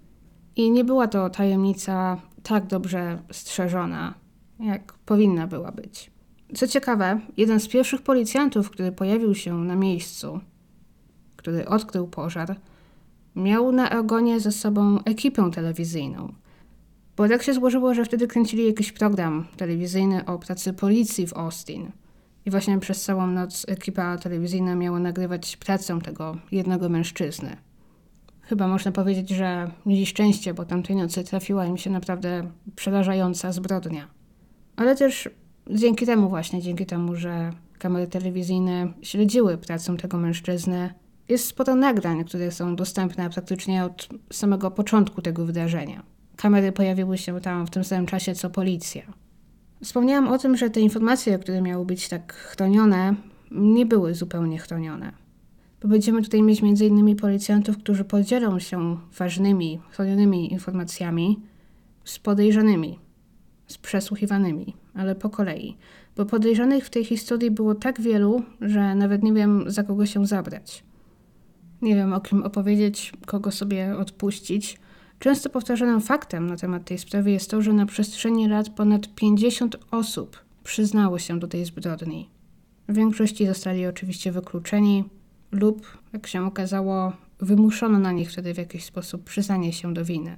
I nie była to tajemnica tak dobrze strzeżona, jak powinna była być. Co ciekawe, jeden z pierwszych policjantów, który pojawił się na miejscu, który odkrył pożar, miał na ogonie ze sobą ekipę telewizyjną. Bo tak się złożyło, że wtedy kręcili jakiś program telewizyjny o pracy policji w Austin. I właśnie przez całą noc ekipa telewizyjna miała nagrywać pracę tego jednego mężczyzny. Chyba można powiedzieć, że mieli szczęście, bo tamtej nocy trafiła im się naprawdę przerażająca zbrodnia. Ale też dzięki temu, że kamery telewizyjne śledziły pracę tego mężczyzny, jest sporo nagrań, które są dostępne praktycznie od samego początku tego wydarzenia. Kamery pojawiły się tam w tym samym czasie co policja. Wspomniałam o tym, że te informacje, które miały być tak chronione, nie były zupełnie chronione. Bo będziemy tutaj mieć m.in. policjantów, którzy podzielą się ważnymi, chronionymi informacjami z podejrzanymi, z przesłuchiwanymi, ale po kolei. Bo podejrzanych w tej historii było tak wielu, że nawet nie wiem, za kogo się zabrać. Nie wiem, o kim opowiedzieć, kogo sobie odpuścić. Często powtarzanym faktem na temat tej sprawy jest to, że na przestrzeni lat ponad 50 osób przyznało się do tej zbrodni. W większości zostali oczywiście wykluczeni lub, jak się okazało, wymuszono na nich wtedy w jakiś sposób przyznanie się do winy.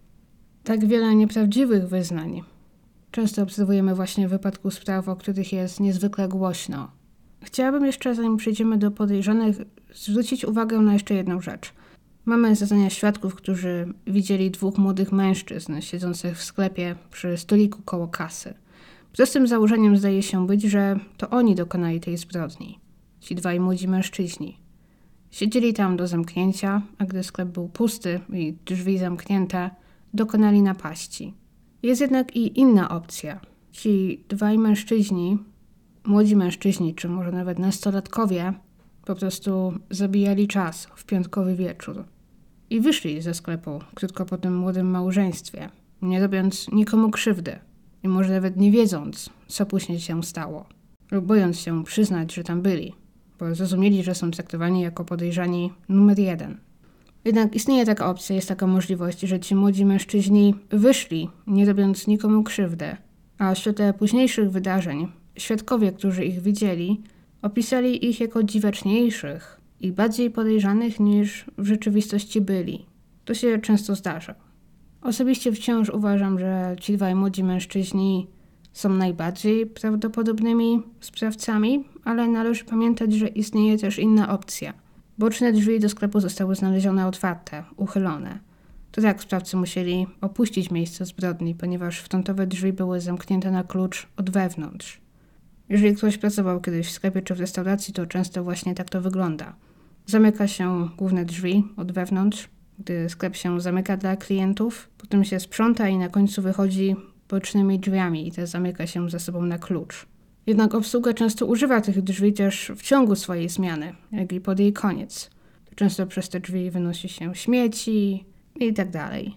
Tak wiele nieprawdziwych wyznań często obserwujemy właśnie w wypadku spraw, o których jest niezwykle głośno. Chciałabym jeszcze, zanim przejdziemy do podejrzanych, zwrócić uwagę na jeszcze jedną rzecz. Mamy zeznania świadków, którzy widzieli dwóch młodych mężczyzn siedzących w sklepie przy stoliku koło kasy. Prostym założeniem zdaje się być, że to oni dokonali tej zbrodni. Ci dwaj młodzi mężczyźni. Siedzieli tam do zamknięcia, a gdy sklep był pusty i drzwi zamknięte, dokonali napaści. Jest jednak i inna opcja. Ci dwaj mężczyźni, młodzi mężczyźni, czy może nawet nastolatkowie, po prostu zabijali czas w piątkowy wieczór. I wyszli ze sklepu krótko po tym młodym małżeństwie, nie robiąc nikomu krzywdy i może nawet nie wiedząc, co później się stało, lub bojąc się przyznać, że tam byli, bo zrozumieli, że są traktowani jako podejrzani numer 1. Jednak istnieje taka opcja, jest taka możliwość, że ci młodzi mężczyźni wyszli, nie robiąc nikomu krzywdy, a w świetle późniejszych wydarzeń świadkowie, którzy ich widzieli, opisali ich jako dziwaczniejszych i bardziej podejrzanych niż w rzeczywistości byli. To się często zdarza. Osobiście wciąż uważam, że ci dwaj młodzi mężczyźni są najbardziej prawdopodobnymi sprawcami, ale należy pamiętać, że istnieje też inna opcja. Boczne drzwi do sklepu zostały znalezione otwarte, uchylone. To tak sprawcy musieli opuścić miejsce zbrodni, ponieważ frontowe drzwi były zamknięte na klucz od wewnątrz. Jeżeli ktoś pracował kiedyś w sklepie czy w restauracji, to często właśnie tak to wygląda. Zamyka się główne drzwi od wewnątrz, gdy sklep się zamyka dla klientów, potem się sprząta i na końcu wychodzi bocznymi drzwiami i te zamyka się za sobą na klucz. Jednak obsługa często używa tych drzwi też w ciągu swojej zmiany, jak i pod jej koniec. Często przez te drzwi wynosi się śmieci i tak dalej.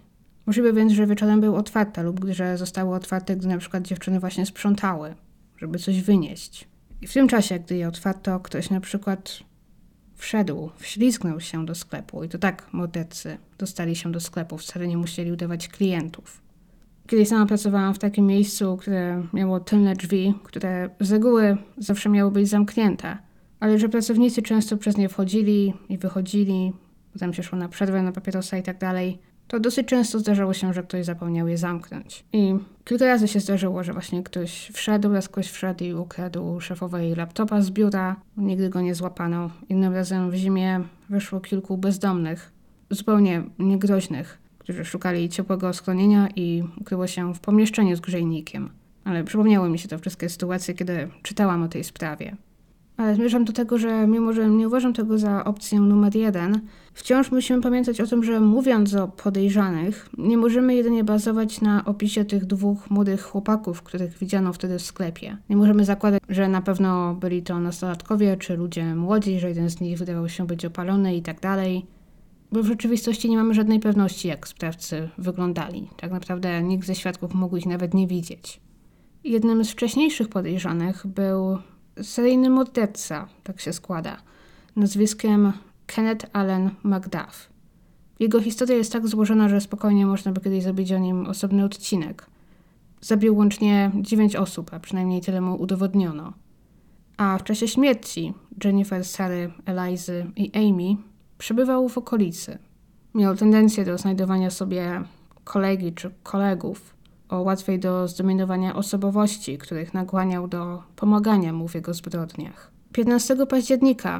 Możliwe więc, że wieczorem były otwarte lub że zostały otwarte, gdy na przykład dziewczyny właśnie sprzątały, żeby coś wynieść. I w tym czasie, gdy je otwarto, ktoś na przykład wszedł, wślizgnął się do sklepu i to tak mordercy dostali się do sklepu, wcale nie musieli udawać klientów. Kiedyś sama pracowałam w takim miejscu, które miało tylne drzwi, które z reguły zawsze miały być zamknięte, ale że pracownicy często przez nie wchodzili i wychodzili, potem się szło na przerwę, na papierosa i tak dalej, to dosyć często zdarzało się, że ktoś zapomniał je zamknąć. I kilka razy się zdarzyło, że właśnie ktoś wszedł, raz ktoś wszedł i ukradł szefowej laptopa z biura. Nigdy go nie złapano. Innym razem w zimie wyszło kilku bezdomnych, zupełnie niegroźnych, którzy szukali ciepłego schronienia i ukryło się w pomieszczeniu z grzejnikiem. Ale przypomniały mi się te wszystkie sytuacje, kiedy czytałam o tej sprawie. Ale zmierzam do tego, że mimo, że nie uważam tego za opcję numer 1, wciąż musimy pamiętać o tym, że mówiąc o podejrzanych, nie możemy jedynie bazować na opisie tych 2 młodych chłopaków, których widziano wtedy w sklepie. Nie możemy zakładać, że na pewno byli to nastolatkowie czy ludzie młodzi, że jeden z nich wydawał się być opalony i tak dalej. Bo w rzeczywistości nie mamy żadnej pewności, jak sprawcy wyglądali. Tak naprawdę nikt ze świadków mógł ich nawet nie widzieć. Jednym z wcześniejszych podejrzanych był seryjny morderca, tak się składa, nazwiskiem Kenneth Allen McDuff. Jego historia jest tak złożona, że spokojnie można by kiedyś zrobić o nim osobny odcinek. Zabił łącznie 9 osób, a przynajmniej tyle mu udowodniono. A w czasie śmierci Jennifer, Sary, Elizy i Amy przebywał w okolicy. Miał tendencję do znajdowania sobie kolegi czy kolegów, o łatwej do zdominowania osobowości, których nakłaniał do pomagania mu w jego zbrodniach. 15 października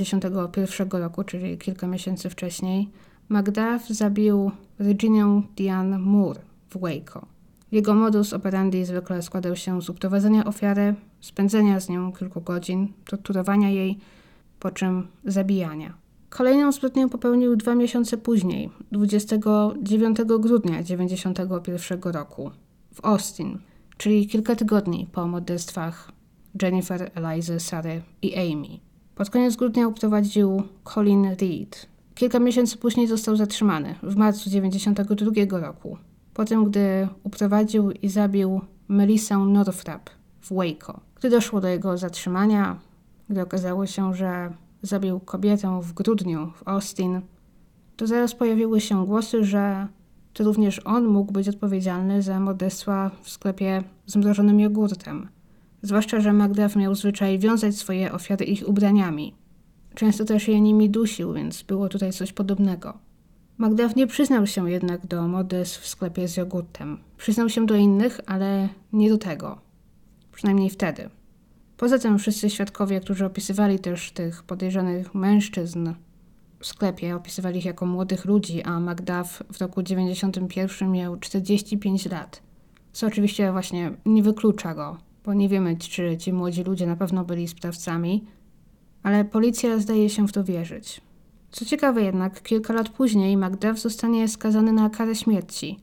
1991 roku, czyli kilka miesięcy wcześniej, McDuff zabił Reginę Diane Moore w Waco. Jego modus operandi zwykle składał się z uprowadzenia ofiary, spędzenia z nią kilku godzin, torturowania jej, po czym zabijania. Kolejną zbrodnię popełnił 2 miesiące później, 29 grudnia 1991 roku, w Austin, czyli kilka tygodni po morderstwach Jennifer, Elizy, Sary i Amy. Pod koniec grudnia uprowadził Colin Reed. Kilka miesięcy później został zatrzymany, w marcu 1992 roku, po tym gdy uprowadził i zabił Melissę Northrop w Waco. Gdy doszło do jego zatrzymania, gdy okazało się, że zabił kobietę w grudniu w Austin, to zaraz pojawiły się głosy, że to również on mógł być odpowiedzialny za morderstwa w sklepie z mrożonym jogurtem. Zwłaszcza, że McDuff miał zwyczaj wiązać swoje ofiary ich ubraniami. Często też je nimi dusił, więc było tutaj coś podobnego. McDuff nie przyznał się jednak do morderstw w sklepie z jogurtem. Przyznał się do innych, ale nie do tego. Przynajmniej wtedy. Poza tym wszyscy świadkowie, którzy opisywali też tych podejrzanych mężczyzn w sklepie, opisywali ich jako młodych ludzi, a McDuff w roku 1991 miał 45 lat. Co oczywiście właśnie nie wyklucza go, bo nie wiemy, czy ci młodzi ludzie na pewno byli sprawcami, ale policja zdaje się w to wierzyć. Co ciekawe jednak, kilka lat później McDuff zostanie skazany na karę śmierci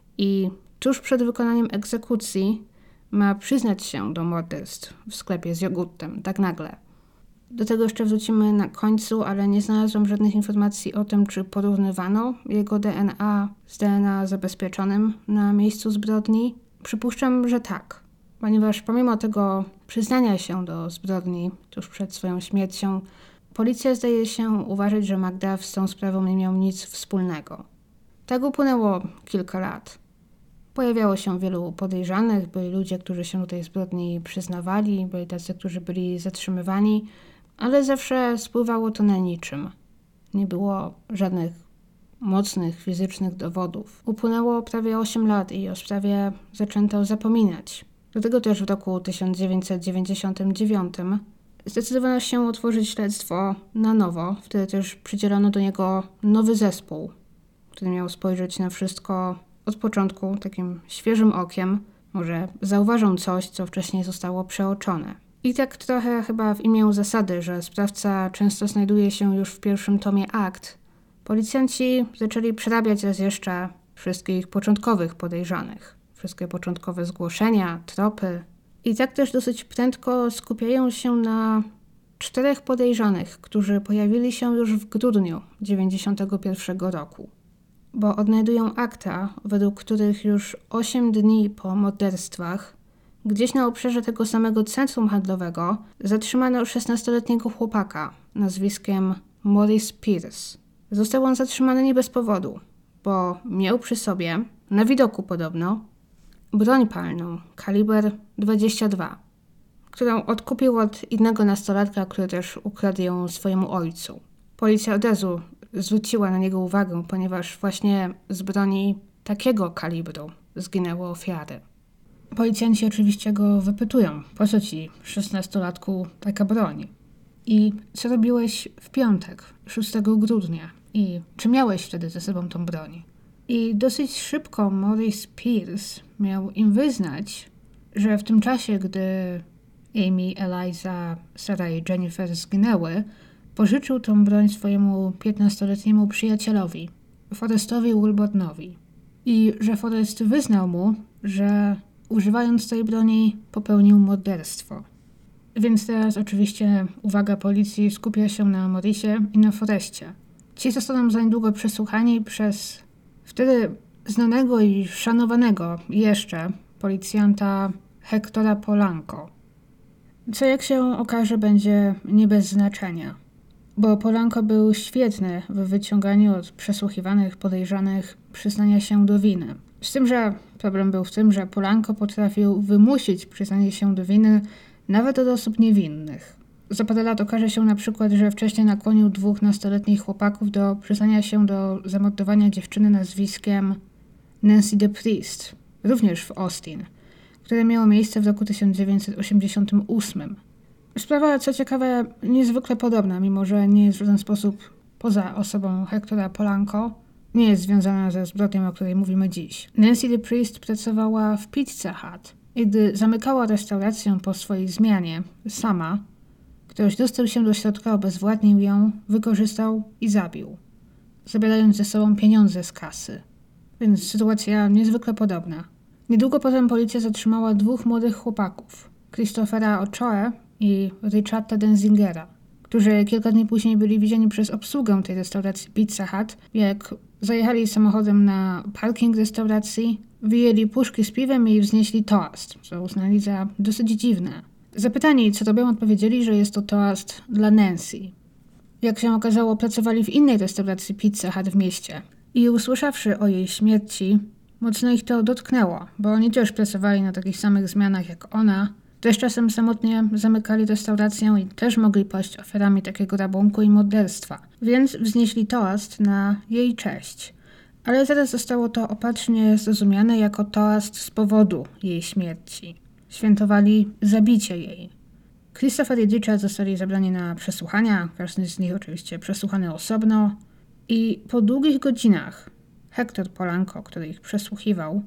i tuż przed wykonaniem egzekucji ma przyznać się do morderstw w sklepie z jogurtem, tak nagle. Do tego jeszcze wrócimy na końcu, ale nie znalazłam żadnych informacji o tym, czy porównywano jego DNA z DNA zabezpieczonym na miejscu zbrodni. Przypuszczam, że tak, ponieważ pomimo tego przyznania się do zbrodni tuż przed swoją śmiercią, policja zdaje się uważać, że McDuff z tą sprawą nie miał nic wspólnego. Tak upłynęło kilka lat. Pojawiało się wielu podejrzanych, byli ludzie, którzy się do tej zbrodni przyznawali, byli tacy, którzy byli zatrzymywani, ale zawsze spływało to na niczym. Nie było żadnych mocnych, fizycznych dowodów. Upłynęło prawie 8 lat i o sprawie zaczęto zapominać. Do tego też w roku 1999 zdecydowano się otworzyć śledztwo na nowo. Wtedy też przydzielono do niego nowy zespół, który miał spojrzeć na wszystko od początku takim świeżym okiem. Może zauważą coś, co wcześniej zostało przeoczone. I tak trochę chyba w imię zasady, że sprawca często znajduje się już w pierwszym tomie akt, policjanci zaczęli przerabiać raz jeszcze wszystkich początkowych podejrzanych. Wszystkie początkowe zgłoszenia, tropy. I tak też dosyć prędko skupiają się na 4 podejrzanych, którzy pojawili się już w grudniu 1991 roku. bo odnajdują akta, według których już 8 dni po morderstwach gdzieś na obszarze tego samego centrum handlowego zatrzymano 16-letniego chłopaka nazwiskiem Maurice Pierce. Został on zatrzymany nie bez powodu, bo miał przy sobie, na widoku podobno, broń palną kaliber 22, którą odkupił od innego nastolatka, który też ukradł ją swojemu ojcu. Policja od razu zwróciła na niego uwagę, ponieważ właśnie z broni takiego kalibru zginęły ofiary. Policjanci oczywiście go wypytują, po co ci 16-latku taka broń? I co robiłeś w piątek, 6 grudnia? I czy miałeś wtedy ze sobą tą broń? I dosyć szybko Maurice Pierce miał im wyznać, że w tym czasie, gdy Amy, Eliza, Sarah i Jennifer zginęły, pożyczył tą broń swojemu 15-letniemu przyjacielowi, Forrestowi Wilbornowi. I że Forrest wyznał mu, że używając tej broni popełnił morderstwo. Więc teraz oczywiście uwaga policji skupia się na Mauricie i na Forrestie. Ci zostaną za niedługo przesłuchani przez wtedy znanego i szanowanego jeszcze policjanta Hectora Polanco. Co jak się okaże będzie nie bez znaczenia, bo Polanco był świetny w wyciąganiu od przesłuchiwanych podejrzanych przyznania się do winy. Z tym, że problem był w tym, że Polanco potrafił wymusić przyznanie się do winy nawet od osób niewinnych. Za parę lat okaże się na przykład, że wcześniej nakłonił 2 nastoletnich chłopaków do przyznania się do zamordowania dziewczyny nazwiskiem Nancy DePriest, również w Austin, które miało miejsce w roku 1988. Sprawa, co ciekawe, niezwykle podobna, mimo że nie jest w żaden sposób poza osobą Hectora Polanco, nie jest związana ze zbrodnią, o której mówimy dziś. Nancy DePriest pracowała w Pizza Hut i gdy zamykała restaurację po swojej zmianie sama, ktoś dostał się do środka, obezwładnił ją, wykorzystał i zabił, zabierając ze sobą pieniądze z kasy. Więc sytuacja niezwykle podobna. Niedługo potem policja zatrzymała 2 młodych chłopaków, Christophera Ochoe i Richarda Denzingera, którzy kilka dni później byli widziani przez obsługę tej restauracji Pizza Hut, jak zajechali samochodem na parking restauracji, wyjęli puszki z piwem i wznieśli toast, co uznali za dosyć dziwne. Zapytani, co robią, odpowiedzieli, że jest to toast dla Nancy. Jak się okazało, pracowali w innej restauracji Pizza Hut w mieście i usłyszawszy o jej śmierci, mocno ich to dotknęło, bo oni też pracowali na takich samych zmianach jak ona, też czasem samotnie zamykali restaurację i też mogli paść ofiarami takiego rabunku i morderstwa, więc wznieśli toast na jej cześć. Ale zaraz zostało to opatrznie zrozumiane jako toast z powodu jej śmierci. Świętowali zabicie jej. Christopher i Richard zostali zabrani na przesłuchania, każdy z nich oczywiście przesłuchany osobno i po długich godzinach Hector Polanco, który ich przesłuchiwał,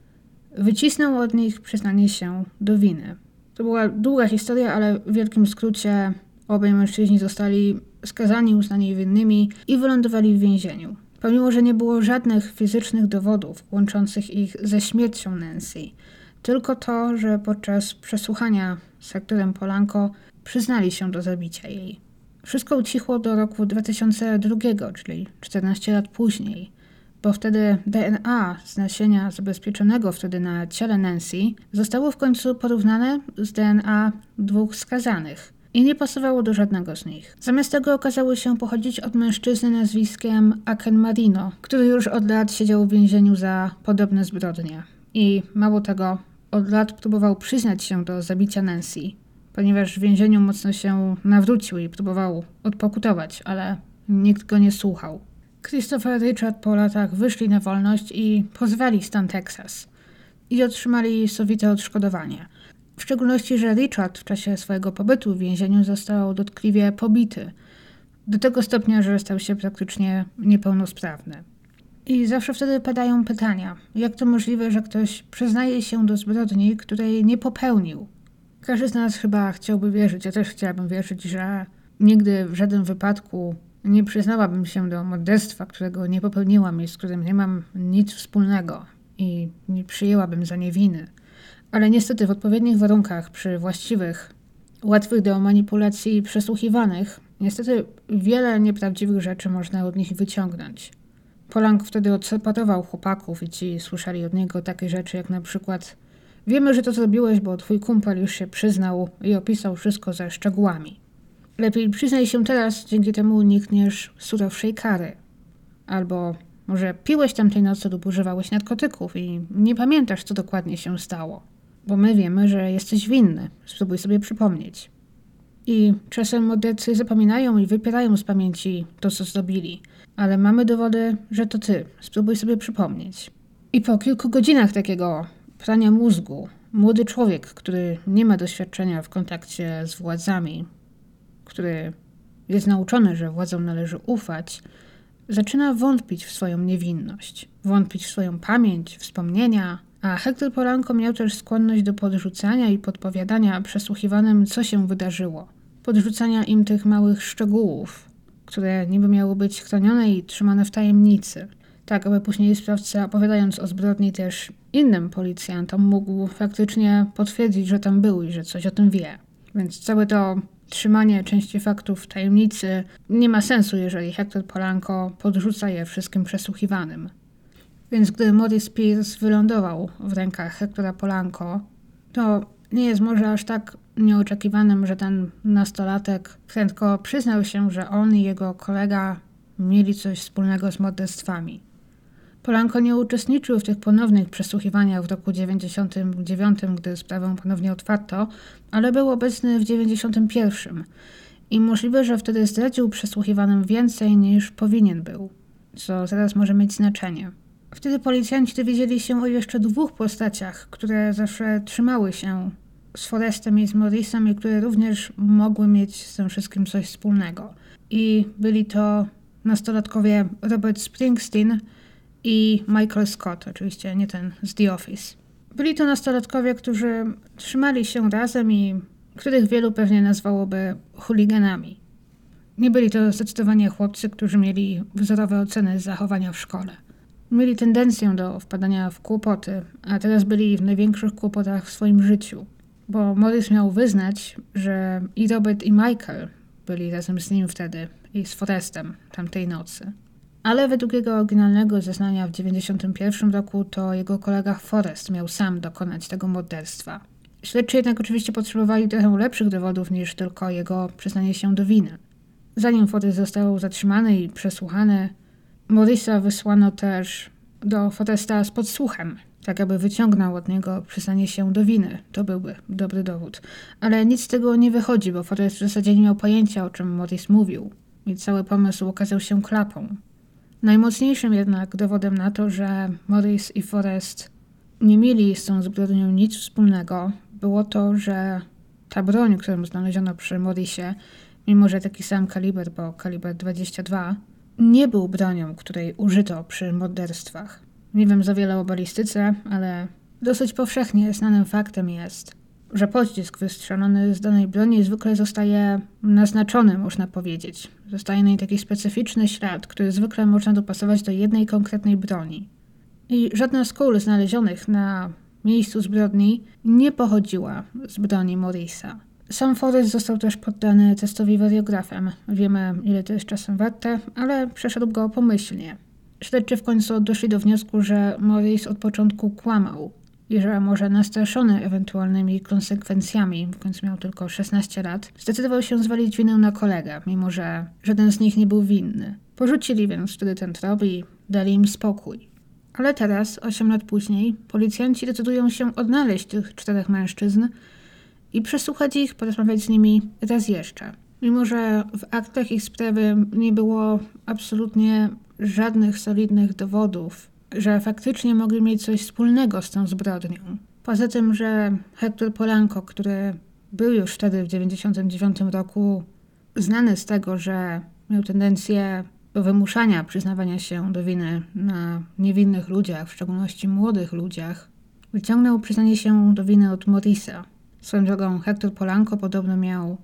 wycisnął od nich przyznanie się do winy. To była długa historia, ale w wielkim skrócie obaj mężczyźni zostali skazani, uznani winnymi i wylądowali w więzieniu. Pomimo, że nie było żadnych fizycznych dowodów łączących ich ze śmiercią Nancy, tylko to, że podczas przesłuchania z Hectorem Polanco przyznali się do zabicia jej. Wszystko ucichło do roku 2002, czyli 14 lat później, bo wtedy DNA z nasienia zabezpieczonego wtedy na ciele Nancy zostało w końcu porównane z DNA 2 skazanych i nie pasowało do żadnego z nich. Zamiast tego okazało się pochodzić od mężczyzny nazwiskiem Aken Marino, który już od lat siedział w więzieniu za podobne zbrodnie. I mało tego, od lat próbował przyznać się do zabicia Nancy, ponieważ w więzieniu mocno się nawrócił i próbował odpokutować, ale nikt go nie słuchał. Christopher i Richard po latach wyszli na wolność i pozwali stan Teksas i otrzymali sowite odszkodowanie. W szczególności, że Richard w czasie swojego pobytu w więzieniu został dotkliwie pobity, do tego stopnia, że stał się praktycznie niepełnosprawny. I zawsze wtedy padają pytania, jak to możliwe, że ktoś przyznaje się do zbrodni, której nie popełnił. Każdy z nas chyba chciałby wierzyć, ja też chciałabym wierzyć, że nigdy w żadnym wypadku nie przyznałabym się do morderstwa, którego nie popełniłam i z którym nie mam nic wspólnego i nie przyjęłabym za nie winy. Ale niestety w odpowiednich warunkach, przy właściwych, łatwych do manipulacji przesłuchiwanych, niestety wiele nieprawdziwych rzeczy można od nich wyciągnąć. Polanco wtedy odseparował chłopaków i ci słyszeli od niego takie rzeczy jak na przykład: wiemy, że to zrobiłeś, bo twój kumpel już się przyznał i opisał wszystko ze szczegółami. Lepiej przyznaj się teraz, dzięki temu unikniesz surowszej kary. Albo może piłeś tamtej nocy lub używałeś narkotyków i nie pamiętasz, co dokładnie się stało. Bo my wiemy, że jesteś winny. Spróbuj sobie przypomnieć. I czasem mordercy zapominają i wypierają z pamięci to, co zrobili. Ale mamy dowody, że to ty. Spróbuj sobie przypomnieć. I po kilku godzinach takiego prania mózgu, młody człowiek, który nie ma doświadczenia w kontakcie z władzami, który jest nauczony, że władzom należy ufać, zaczyna wątpić w swoją niewinność, wątpić w swoją pamięć, wspomnienia, a Hector Polanco miał też skłonność do podrzucania i podpowiadania przesłuchiwanym, co się wydarzyło. Podrzucania im tych małych szczegółów, które niby miały być chronione i trzymane w tajemnicy. Tak, aby później sprawca, opowiadając o zbrodni też innym policjantom, mógł faktycznie potwierdzić, że tam był i że coś o tym wie. Więc całe to trzymanie części faktów w tajemnicy nie ma sensu, jeżeli Hector Polanco podrzuca je wszystkim przesłuchiwanym. Więc gdy Maurice Pierce wylądował w rękach Hectora Polanco, to nie jest może aż tak nieoczekiwanym, że ten nastolatek prędko przyznał się, że on i jego kolega mieli coś wspólnego z morderstwami. Polanco nie uczestniczył w tych ponownych przesłuchiwaniach w roku 1999, gdy sprawę ponownie otwarto, ale był obecny w 1991 i możliwe, że wtedy zdradził przesłuchiwanym więcej niż powinien był, co zaraz może mieć znaczenie. Wtedy policjanci dowiedzieli się o jeszcze dwóch postaciach, które zawsze trzymały się z Forrestem i z Maurice'em i które również mogły mieć z tym wszystkim coś wspólnego. I byli to nastolatkowie Robert Springsteen i Michael Scott, oczywiście nie ten z The Office. Byli to nastolatkowie, którzy trzymali się razem i których wielu pewnie nazwałoby chuliganami. Nie byli to zdecydowanie chłopcy, którzy mieli wzorowe oceny zachowania w szkole. Mieli tendencję do wpadania w kłopoty, a teraz byli w największych kłopotach w swoim życiu. Bo Maurice miał wyznać, że i Robert i Michael byli razem z nim wtedy i z Forrestem tamtej nocy. Ale według jego oryginalnego zeznania w 1991 roku to jego kolega Forrest miał sam dokonać tego morderstwa. Śledczy jednak oczywiście potrzebowali trochę lepszych dowodów niż tylko jego przyznanie się do winy. Zanim Forrest został zatrzymany i przesłuchany, Maurice'a wysłano też do Forresta z podsłuchem, tak aby wyciągnął od niego przyznanie się do winy. To byłby dobry dowód. Ale nic z tego nie wychodzi, bo Forrest w zasadzie nie miał pojęcia, o czym Maurice mówił. I cały pomysł okazał się klapą. Najmocniejszym jednak dowodem na to, że Maurice i Forrest nie mieli z tą zbrodnią nic wspólnego, było to, że ta broń, którą znaleziono przy Maurice'ie, mimo że taki sam kaliber, bo kaliber 22, nie był bronią, której użyto przy morderstwach. Nie wiem za wiele o balistyce, ale dosyć powszechnie znanym faktem jest, że pocisk wystrzelony z danej broni zwykle zostaje naznaczony, można powiedzieć. Zostaje na niej taki specyficzny ślad, który zwykle można dopasować do jednej konkretnej broni. I żadna z kul znalezionych na miejscu zbrodni nie pochodziła z broni Maurice'a. Sam Forrest został też poddany testowi wariografem. Wiemy, ile to jest czasem warte, ale przeszedł go pomyślnie. Śledczy w końcu doszli do wniosku, że Maurice od początku kłamał i że może nastraszony ewentualnymi konsekwencjami, w końcu miał tylko 16 lat, zdecydował się zwalić winę na kolegę, mimo że żaden z nich nie był winny. Porzucili więc wtedy ten trop i dali im spokój. Ale teraz, 8 lat później, policjanci decydują się odnaleźć tych 4 mężczyzn i przesłuchać ich, porozmawiać z nimi raz jeszcze. Mimo że w aktach ich sprawy nie było absolutnie żadnych solidnych dowodów, że faktycznie mogli mieć coś wspólnego z tą zbrodnią. Poza tym, że Hector Polanco, który był już wtedy w 1999 roku znany z tego, że miał tendencję do wymuszania przyznawania się do winy na niewinnych ludziach, w szczególności młodych ludziach, wyciągnął przyznanie się do winy od Maurice'a. Swoją drogą Hector Polanco podobno miał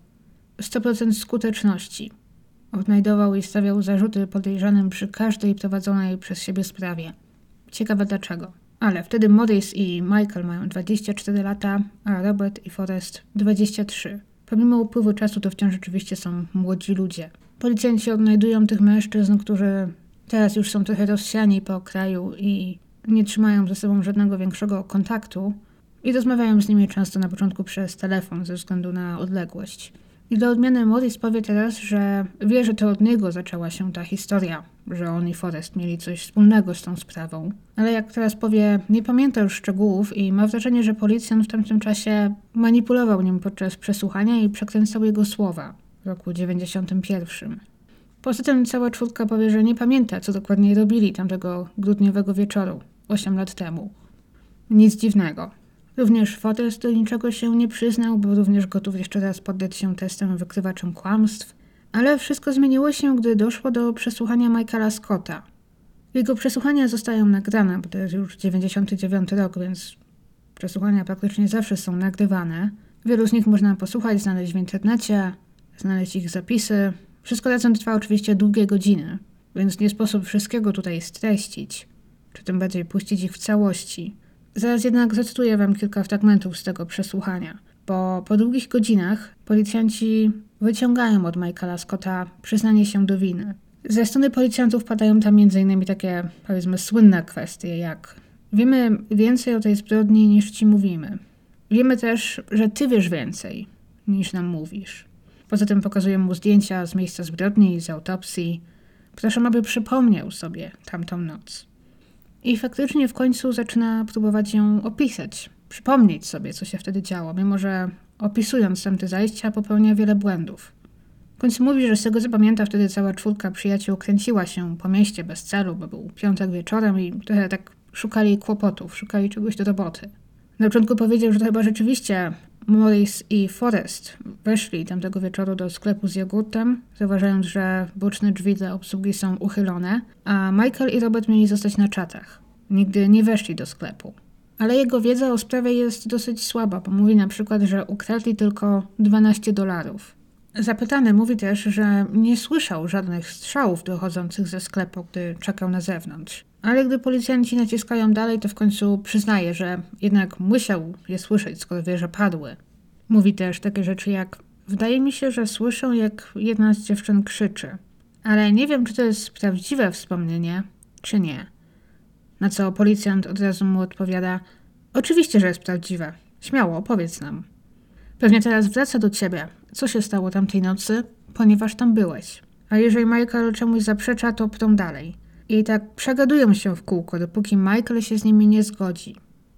100% skuteczności. Odnajdował i stawiał zarzuty podejrzanym przy każdej prowadzonej przez siebie sprawie. Ciekawe dlaczego. Ale wtedy Maurice i Michael mają 24 lata, a Robert i Forrest 23. Pomimo upływu czasu to wciąż oczywiście są młodzi ludzie. Policjanci odnajdują tych mężczyzn, którzy Teraz już są trochę rozsiani po kraju i nie trzymają ze sobą żadnego większego kontaktu i rozmawiają z nimi często na początku przez telefon ze względu na odległość. I do odmiany Morris powie teraz, że wie, że to od niego zaczęła się ta historia, że on i Forrest mieli coś wspólnego z tą sprawą. Ale jak teraz powie, nie pamięta już szczegółów i ma wrażenie, że policjant w tamtym czasie manipulował nim podczas przesłuchania i przekręcał jego słowa w roku 91. Poza tym cała czwórka powie, że nie pamięta, co dokładnie robili tamtego grudniowego wieczoru, 8 lat temu. Nic dziwnego. Również Forrest do niczego się nie przyznał, był również gotów jeszcze raz poddać się testem wykrywaczem kłamstw, ale wszystko zmieniło się, gdy doszło do przesłuchania Michaela Scotta. Jego przesłuchania zostają nagrane, bo to jest już 99 rok, więc przesłuchania praktycznie zawsze są nagrywane. Wielu z nich można posłuchać, znaleźć w internecie, znaleźć ich zapisy. Wszystko razem trwa oczywiście długie godziny, więc nie sposób wszystkiego tutaj streścić, czy tym bardziej puścić ich w całości. Zaraz jednak zacytuję wam kilka fragmentów z tego przesłuchania, bo po długich godzinach policjanci wyciągają od Michaela Scotta przyznanie się do winy. Ze strony policjantów padają tam m.in. takie, powiedzmy, słynne kwestie jak: wiemy więcej o tej zbrodni niż ci mówimy. Wiemy też, że ty wiesz więcej niż nam mówisz. Poza tym pokazują mu zdjęcia z miejsca zbrodni, z autopsji. Proszę, aby przypomniał sobie tamtą noc. I faktycznie w końcu zaczyna próbować ją opisać, przypomnieć sobie, co się wtedy działo, mimo że opisując tamte zajścia popełnia wiele błędów. W końcu mówi, że z tego co pamięta, wtedy cała czwórka przyjaciół kręciła się po mieście bez celu, bo był piątek wieczorem i trochę tak szukali kłopotów, szukali czegoś do roboty. Na początku powiedział, że to chyba rzeczywiście Morris i Forrest weszli tamtego wieczoru do sklepu z jogurtem, zauważając, że boczne drzwi dla obsługi są uchylone, a Michael i Robert mieli zostać na czatach. Nigdy nie weszli do sklepu. Ale jego wiedza o sprawie jest dosyć słaba, bo mówi na przykład, że ukradli tylko $12. Zapytany mówi też, że nie słyszał żadnych strzałów dochodzących ze sklepu, gdy czekał na zewnątrz. Ale gdy policjanci naciskają dalej, to w końcu przyznaje, że jednak musiał je słyszeć, skoro wie, że padły. Mówi też takie rzeczy jak: wydaje mi się, że słyszę, jak jedna z dziewczyn krzyczy. Ale nie wiem, czy to jest prawdziwe wspomnienie, czy nie. Na co policjant od razu mu odpowiada: oczywiście, że jest prawdziwe. Śmiało, opowiedz nam. Pewnie teraz wraca do ciebie. Co się stało tamtej nocy? Ponieważ tam byłeś. A jeżeli Michael czemuś zaprzecza, to pną dalej. I tak przegadują się w kółko, dopóki Michael się z nimi nie zgodzi.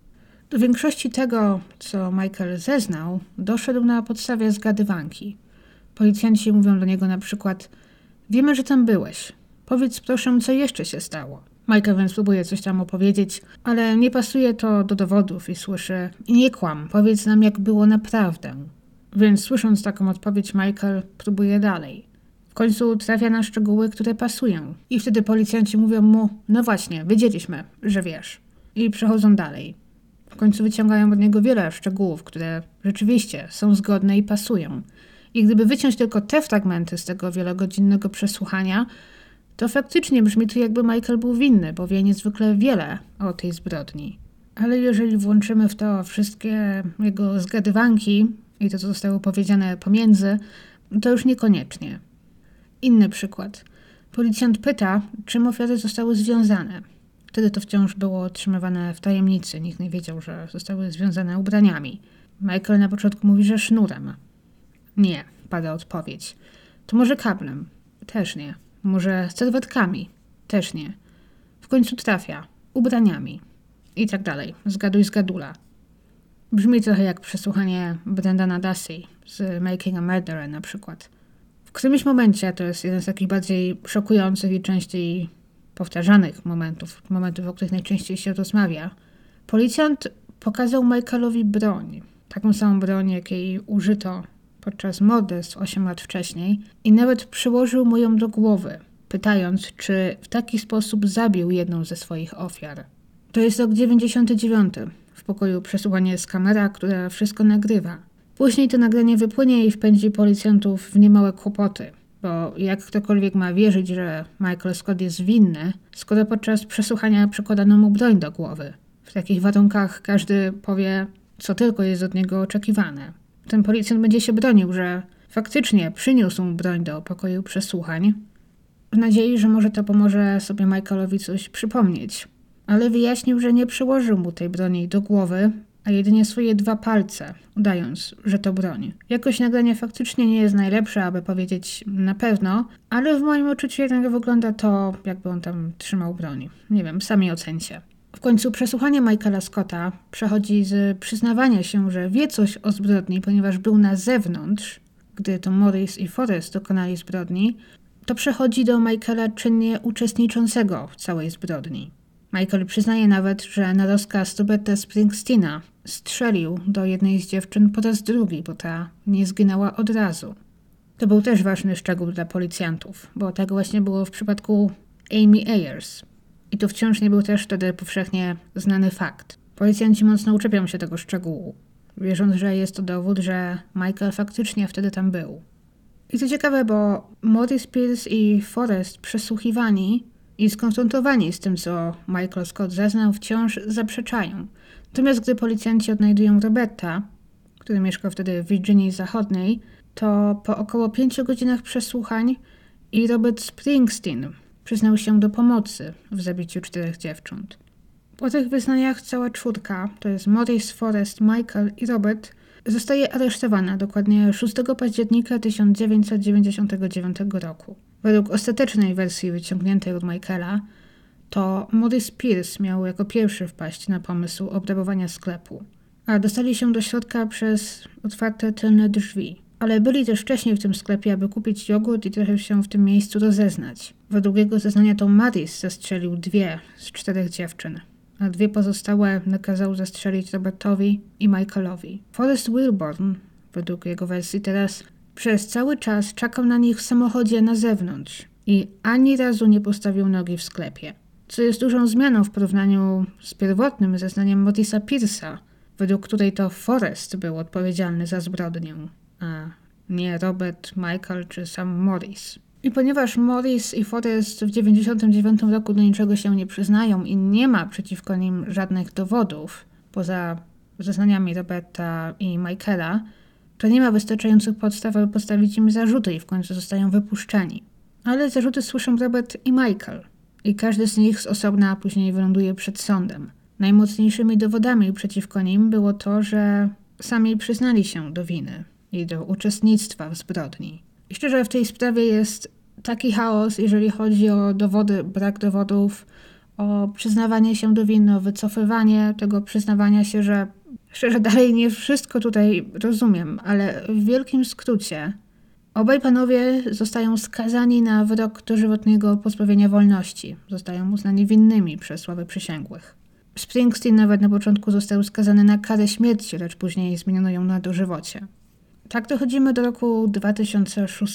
Do większości tego, co Michael zeznał, doszedł na podstawie zgadywanki. Policjanci mówią do niego na przykład: wiemy, że tam byłeś. Powiedz proszę, co jeszcze się stało. Michael więc próbuje coś tam opowiedzieć, ale nie pasuje to do dowodów i słyszy: nie kłam, powiedz nam, jak było naprawdę. Więc słysząc taką odpowiedź, Michael próbuje dalej. W końcu trafia na szczegóły, które pasują. I wtedy policjanci mówią mu: no właśnie, wiedzieliśmy, że wiesz. I przechodzą dalej. W końcu wyciągają od niego wiele szczegółów, które rzeczywiście są zgodne i pasują. I gdyby wyciąć tylko te fragmenty z tego wielogodzinnego przesłuchania, to faktycznie brzmi to, jakby Michael był winny, bo wie niezwykle wiele o tej zbrodni. Ale jeżeli włączymy w to wszystkie jego zgadywanki i to, co zostało powiedziane pomiędzy, to już niekoniecznie. Inny przykład. Policjant pyta, czym ofiary zostały związane. Wtedy to wciąż było otrzymywane w tajemnicy. Nikt nie wiedział, że zostały związane ubraniami. Michael na początku mówi, że sznurem. Nie, pada odpowiedź. To może kablem? Też nie. Może serwetkami? Też nie. W końcu trafia. Ubraniami. I tak dalej. Zgaduj zgadula. Brzmi trochę jak przesłuchanie Brendana Dassey z Making a Murderer na przykład. W którymś momencie, to jest jeden z takich bardziej szokujących i częściej powtarzanych momentów, o których najczęściej się rozmawia, policjant pokazał Michaelowi broń. Taką samą broń, jakiej użyto podczas morderstw 8 lat wcześniej i nawet przyłożył mu ją do głowy, pytając, czy w taki sposób zabił jedną ze swoich ofiar. To jest rok 99. W pokoju przesłuchania jest kamera, która wszystko nagrywa. Później to nagranie wypłynie i wpędzi policjantów w niemałe kłopoty, bo jak ktokolwiek ma wierzyć, że Michael Scott jest winny, skoro podczas przesłuchania przykładano mu broń do głowy. W takich warunkach każdy powie, co tylko jest od niego oczekiwane. Ten policjant będzie się bronił, że faktycznie przyniósł mu broń do pokoju przesłuchań, w nadziei, że może to pomoże sobie Michaelowi coś przypomnieć. Ale wyjaśnił, że nie przyłożył mu tej broni do głowy, a jedynie swoje 2 palce, udając, że to broń. Jakoś nagranie faktycznie nie jest najlepsze, aby powiedzieć na pewno, ale w moim odczuciu jednak wygląda to, jakby on tam trzymał broń. Nie wiem, sami ocencie. W końcu przesłuchanie Michaela Scotta przechodzi z przyznawania się, że wie coś o zbrodni, ponieważ był na zewnątrz, gdy to Morris i Forrest dokonali zbrodni, to przechodzi do Michaela czynnie uczestniczącego w całej zbrodni. Michael przyznaje nawet, że na rozkaz Roberta Springsteena strzelił do jednej z dziewczyn po raz drugi, bo ta nie zginęła od razu. To był też ważny szczegół dla policjantów, bo tak właśnie było w przypadku Amy Ayers. I to wciąż nie był też wtedy powszechnie znany fakt. Policjanci mocno uczepią się tego szczegółu, wierząc, że jest to dowód, że Michael faktycznie wtedy tam był. I co ciekawe, bo Morris Pierce i Forrest przesłuchiwani i skonfrontowani z tym, co Michael Scott zeznał, wciąż zaprzeczają. Natomiast gdy policjanci odnajdują Roberta, który mieszkał wtedy w Virginii Zachodniej, to po około 5 godzinach przesłuchań i Robert Springsteen przyznał się do pomocy w zabiciu 4 dziewcząt. Po tych wyznaniach cała 4, to jest Morris, Forrest, Michael i Robert, zostaje aresztowana dokładnie 6 października 1999 roku. Według ostatecznej wersji wyciągniętej od Michaela, to Morris Pierce miał jako pierwszy wpaść na pomysł obrabowania sklepu, a dostali się do środka przez otwarte tylne drzwi. Ale byli też wcześniej w tym sklepie, aby kupić jogurt i trochę się w tym miejscu rozeznać. Według jego zeznania to Morris zastrzelił 2 z 4 dziewczyn, a 2 pozostałe nakazał zastrzelić Robertowi i Michaelowi. Forrest Wilborn, według jego wersji teraz, przez cały czas czekał na nich w samochodzie na zewnątrz i ani razu nie postawił nogi w sklepie. Co jest dużą zmianą w porównaniu z pierwotnym zeznaniem Morrisa Pierce'a, według której to Forrest był odpowiedzialny za zbrodnię, a nie Robert, Michael czy sam Morris. I ponieważ Morris i Forrest w 1999 roku do niczego się nie przyznają i nie ma przeciwko nim żadnych dowodów, poza zeznaniami Roberta i Michaela, to nie ma wystarczających podstaw, aby postawić im zarzuty i w końcu zostają wypuszczeni. Ale zarzuty słyszą Robert i Michael i każdy z nich z osobna później wyląduje przed sądem. Najmocniejszymi dowodami przeciwko nim było to, że sami przyznali się do winy i do uczestnictwa w zbrodni. I szczerze w tej sprawie jest taki chaos, jeżeli chodzi o dowody, brak dowodów, o przyznawanie się do winy, o wycofywanie tego przyznawania się, że szczerze dalej nie wszystko tutaj rozumiem, ale w wielkim skrócie obaj panowie zostają skazani na wyrok dożywotniego pozbawienia wolności. Zostają uznani winnymi przez ławy przysięgłych. Springsteen nawet na początku został skazany na karę śmierci, lecz później zmieniono ją na dożywocie. Tak dochodzimy do roku 2006.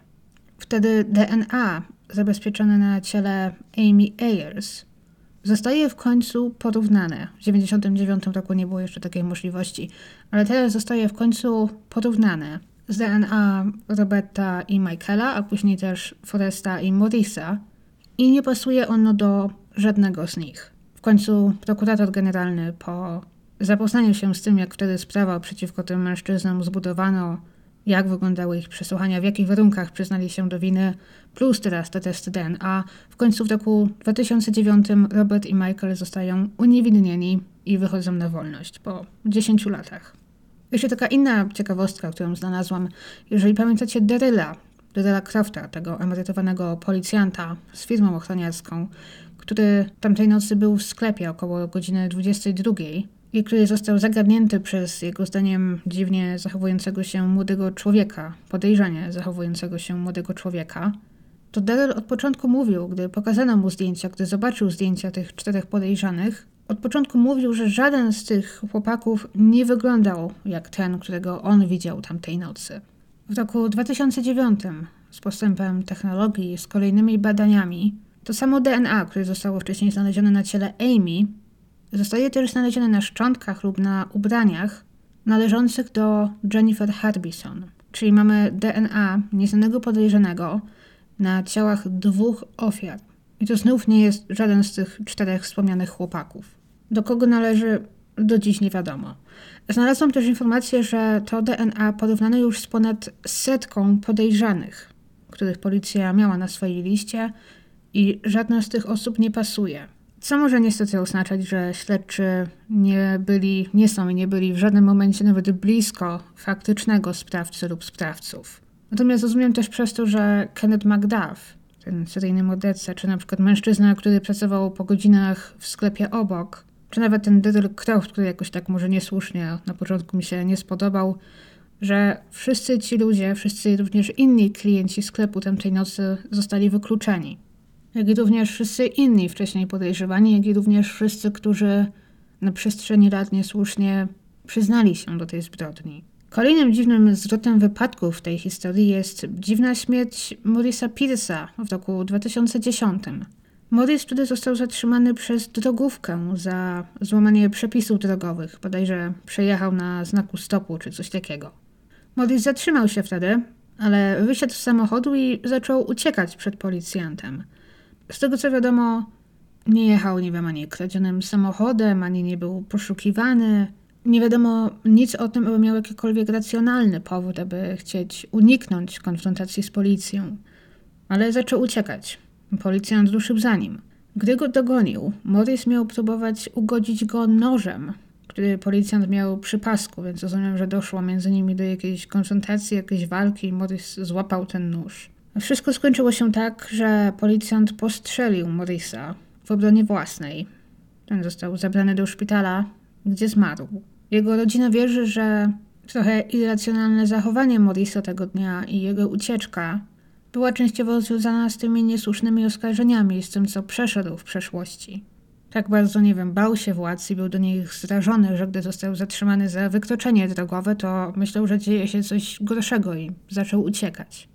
Wtedy DNA zabezpieczone na ciele Amy Ayers zostaje w końcu porównane. W 1999 roku nie było jeszcze takiej możliwości, ale teraz zostaje w końcu porównane z DNA Roberta i Michaela, a później też Forresta i Morrisa i nie pasuje ono do żadnego z nich. W końcu prokurator generalny po zapoznaniu się z tym, jak wtedy sprawa przeciwko tym mężczyznom zbudowano, jak wyglądały ich przesłuchania, w jakich warunkach przyznali się do winy, plus teraz te testy DNA. W końcu w roku 2009 Robert i Michael zostają uniewinnieni i wychodzą na wolność po 10 latach. Jeszcze taka inna ciekawostka, którą znalazłam. Jeżeli pamiętacie Daryla Crofta, tego emerytowanego policjanta z firmą ochroniarską, który tamtej nocy był w sklepie około godziny 22 i który został zagadnięty przez, jego zdaniem, dziwnie zachowującego się młodego człowieka, podejrzanie zachowującego się młodego człowieka, to Daryl od początku mówił, gdy pokazano mu zdjęcia, gdy zobaczył zdjęcia tych 4 podejrzanych, od początku mówił, że żaden z tych chłopaków nie wyglądał jak ten, którego on widział tamtej nocy. W roku 2009 z postępem technologii, z kolejnymi badaniami, to samo DNA, które zostało wcześniej znalezione na ciele Amy, zostaje też znalezione na szczątkach lub na ubraniach należących do Jennifer Harbison. Czyli mamy DNA nieznanego podejrzanego na ciałach 2 ofiar. I to znów nie jest żaden z tych 4 wspomnianych chłopaków. Do kogo należy, do dziś nie wiadomo. Znalazłam też informację, że to DNA porównano już z ponad 100 podejrzanych, których policja miała na swojej liście i żadna z tych osób nie pasuje. Co może niestety oznaczać, że śledczy nie są i nie byli w żadnym momencie nawet blisko faktycznego sprawcy lub sprawców. Natomiast rozumiem też przez to, że Kenneth McDuff, ten seryjny morderca, czy na przykład mężczyzna, który pracował po godzinach w sklepie obok, czy nawet ten Daryl Croft, który jakoś tak może niesłusznie na początku mi się nie spodobał, że wszyscy ci ludzie, wszyscy również inni klienci sklepu tamtej nocy zostali wykluczeni. Jak i również wszyscy inni wcześniej podejrzewani, jak i również wszyscy, którzy na przestrzeni lat niesłusznie przyznali się do tej zbrodni. Kolejnym dziwnym zwrotem wypadków w tej historii jest dziwna śmierć Maurice'a Pierce'a w roku 2010. Maurice, który został zatrzymany przez drogówkę za złamanie przepisów drogowych, bodajże przejechał na znaku stopu czy coś takiego. Maurice zatrzymał się wtedy, ale wysiadł z samochodu i zaczął uciekać przed policjantem. Z tego co wiadomo, nie jechał, ani kradzionym samochodem, ani nie był poszukiwany. Nie wiadomo nic o tym, aby miał jakikolwiek racjonalny powód, aby chcieć uniknąć konfrontacji z policją. Ale zaczął uciekać. Policjant ruszył za nim. Gdy go dogonił, Maurice miał próbować ugodzić go nożem, który policjant miał przy pasku, więc rozumiem, że doszło między nimi do jakiejś konfrontacji, jakiejś walki i Maurice złapał ten nóż. Wszystko skończyło się tak, że policjant postrzelił Maurice'a w obronie własnej. Ten został zabrany do szpitala, gdzie zmarł. Jego rodzina wierzy, że trochę irracjonalne zachowanie Maurice'a tego dnia i jego ucieczka była częściowo związana z tymi niesłusznymi oskarżeniami, z tym, co przeszedł w przeszłości. Tak bardzo, bał się władz i był do nich zrażony, że gdy został zatrzymany za wykroczenie drogowe, to myślał, że dzieje się coś gorszego i zaczął uciekać.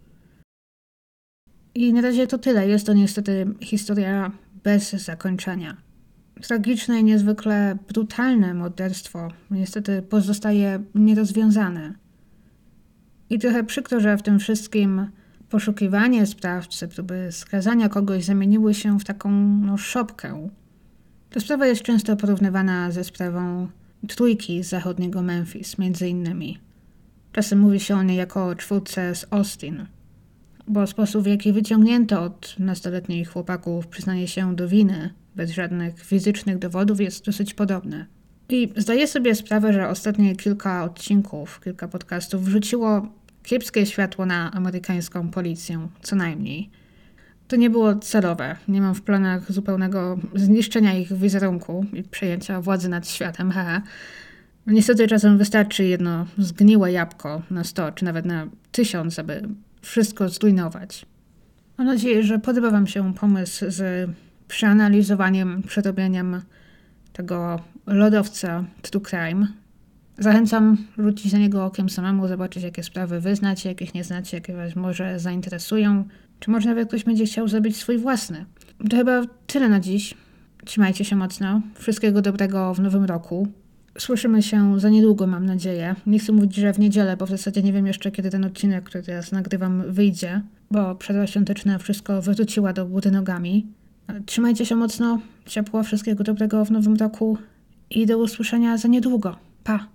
I na razie to tyle. Jest to niestety historia bez zakończenia. Tragiczne i niezwykle brutalne morderstwo niestety pozostaje nierozwiązane. I trochę przykro, że w tym wszystkim poszukiwanie sprawcy, próby skazania kogoś zamieniły się w taką szopkę. Ta sprawa jest często porównywana ze sprawą trójki z zachodniego Memphis, między innymi. Czasem mówi się o niej jako czwórce z Austin, bo sposób, w jaki wyciągnięto od nastoletnich chłopaków przyznanie się do winy bez żadnych fizycznych dowodów jest dosyć podobny. I zdaję sobie sprawę, że ostatnie kilka odcinków, kilka podcastów wrzuciło kiepskie światło na amerykańską policję, co najmniej. To nie było celowe. Nie mam w planach zupełnego zniszczenia ich wizerunku i przejęcia władzy nad światem. Niestety czasem wystarczy jedno zgniłe jabłko na 100, czy nawet na 1000, aby wszystko zrujnować. Mam nadzieję, że podoba Wam się pomysł z przeanalizowaniem, przerobieniem tego lodowca True Crime. Zachęcam rzucić na niego okiem samemu, zobaczyć, jakie sprawy wy znacie, jakich nie znacie, jakie Was może zainteresują. Czy może nawet ktoś będzie chciał zrobić swój własny. To chyba tyle na dziś. Trzymajcie się mocno. Wszystkiego dobrego w nowym roku. Słyszymy się za niedługo, mam nadzieję. Nie chcę mówić, że w niedzielę, bo w zasadzie nie wiem jeszcze, kiedy ten odcinek, który teraz nagrywam, wyjdzie, bo przerwa świąteczna wszystko wyrzuciła do góry nogami. Trzymajcie się mocno, ciepło, wszystkiego dobrego w nowym roku i do usłyszenia za niedługo. Pa!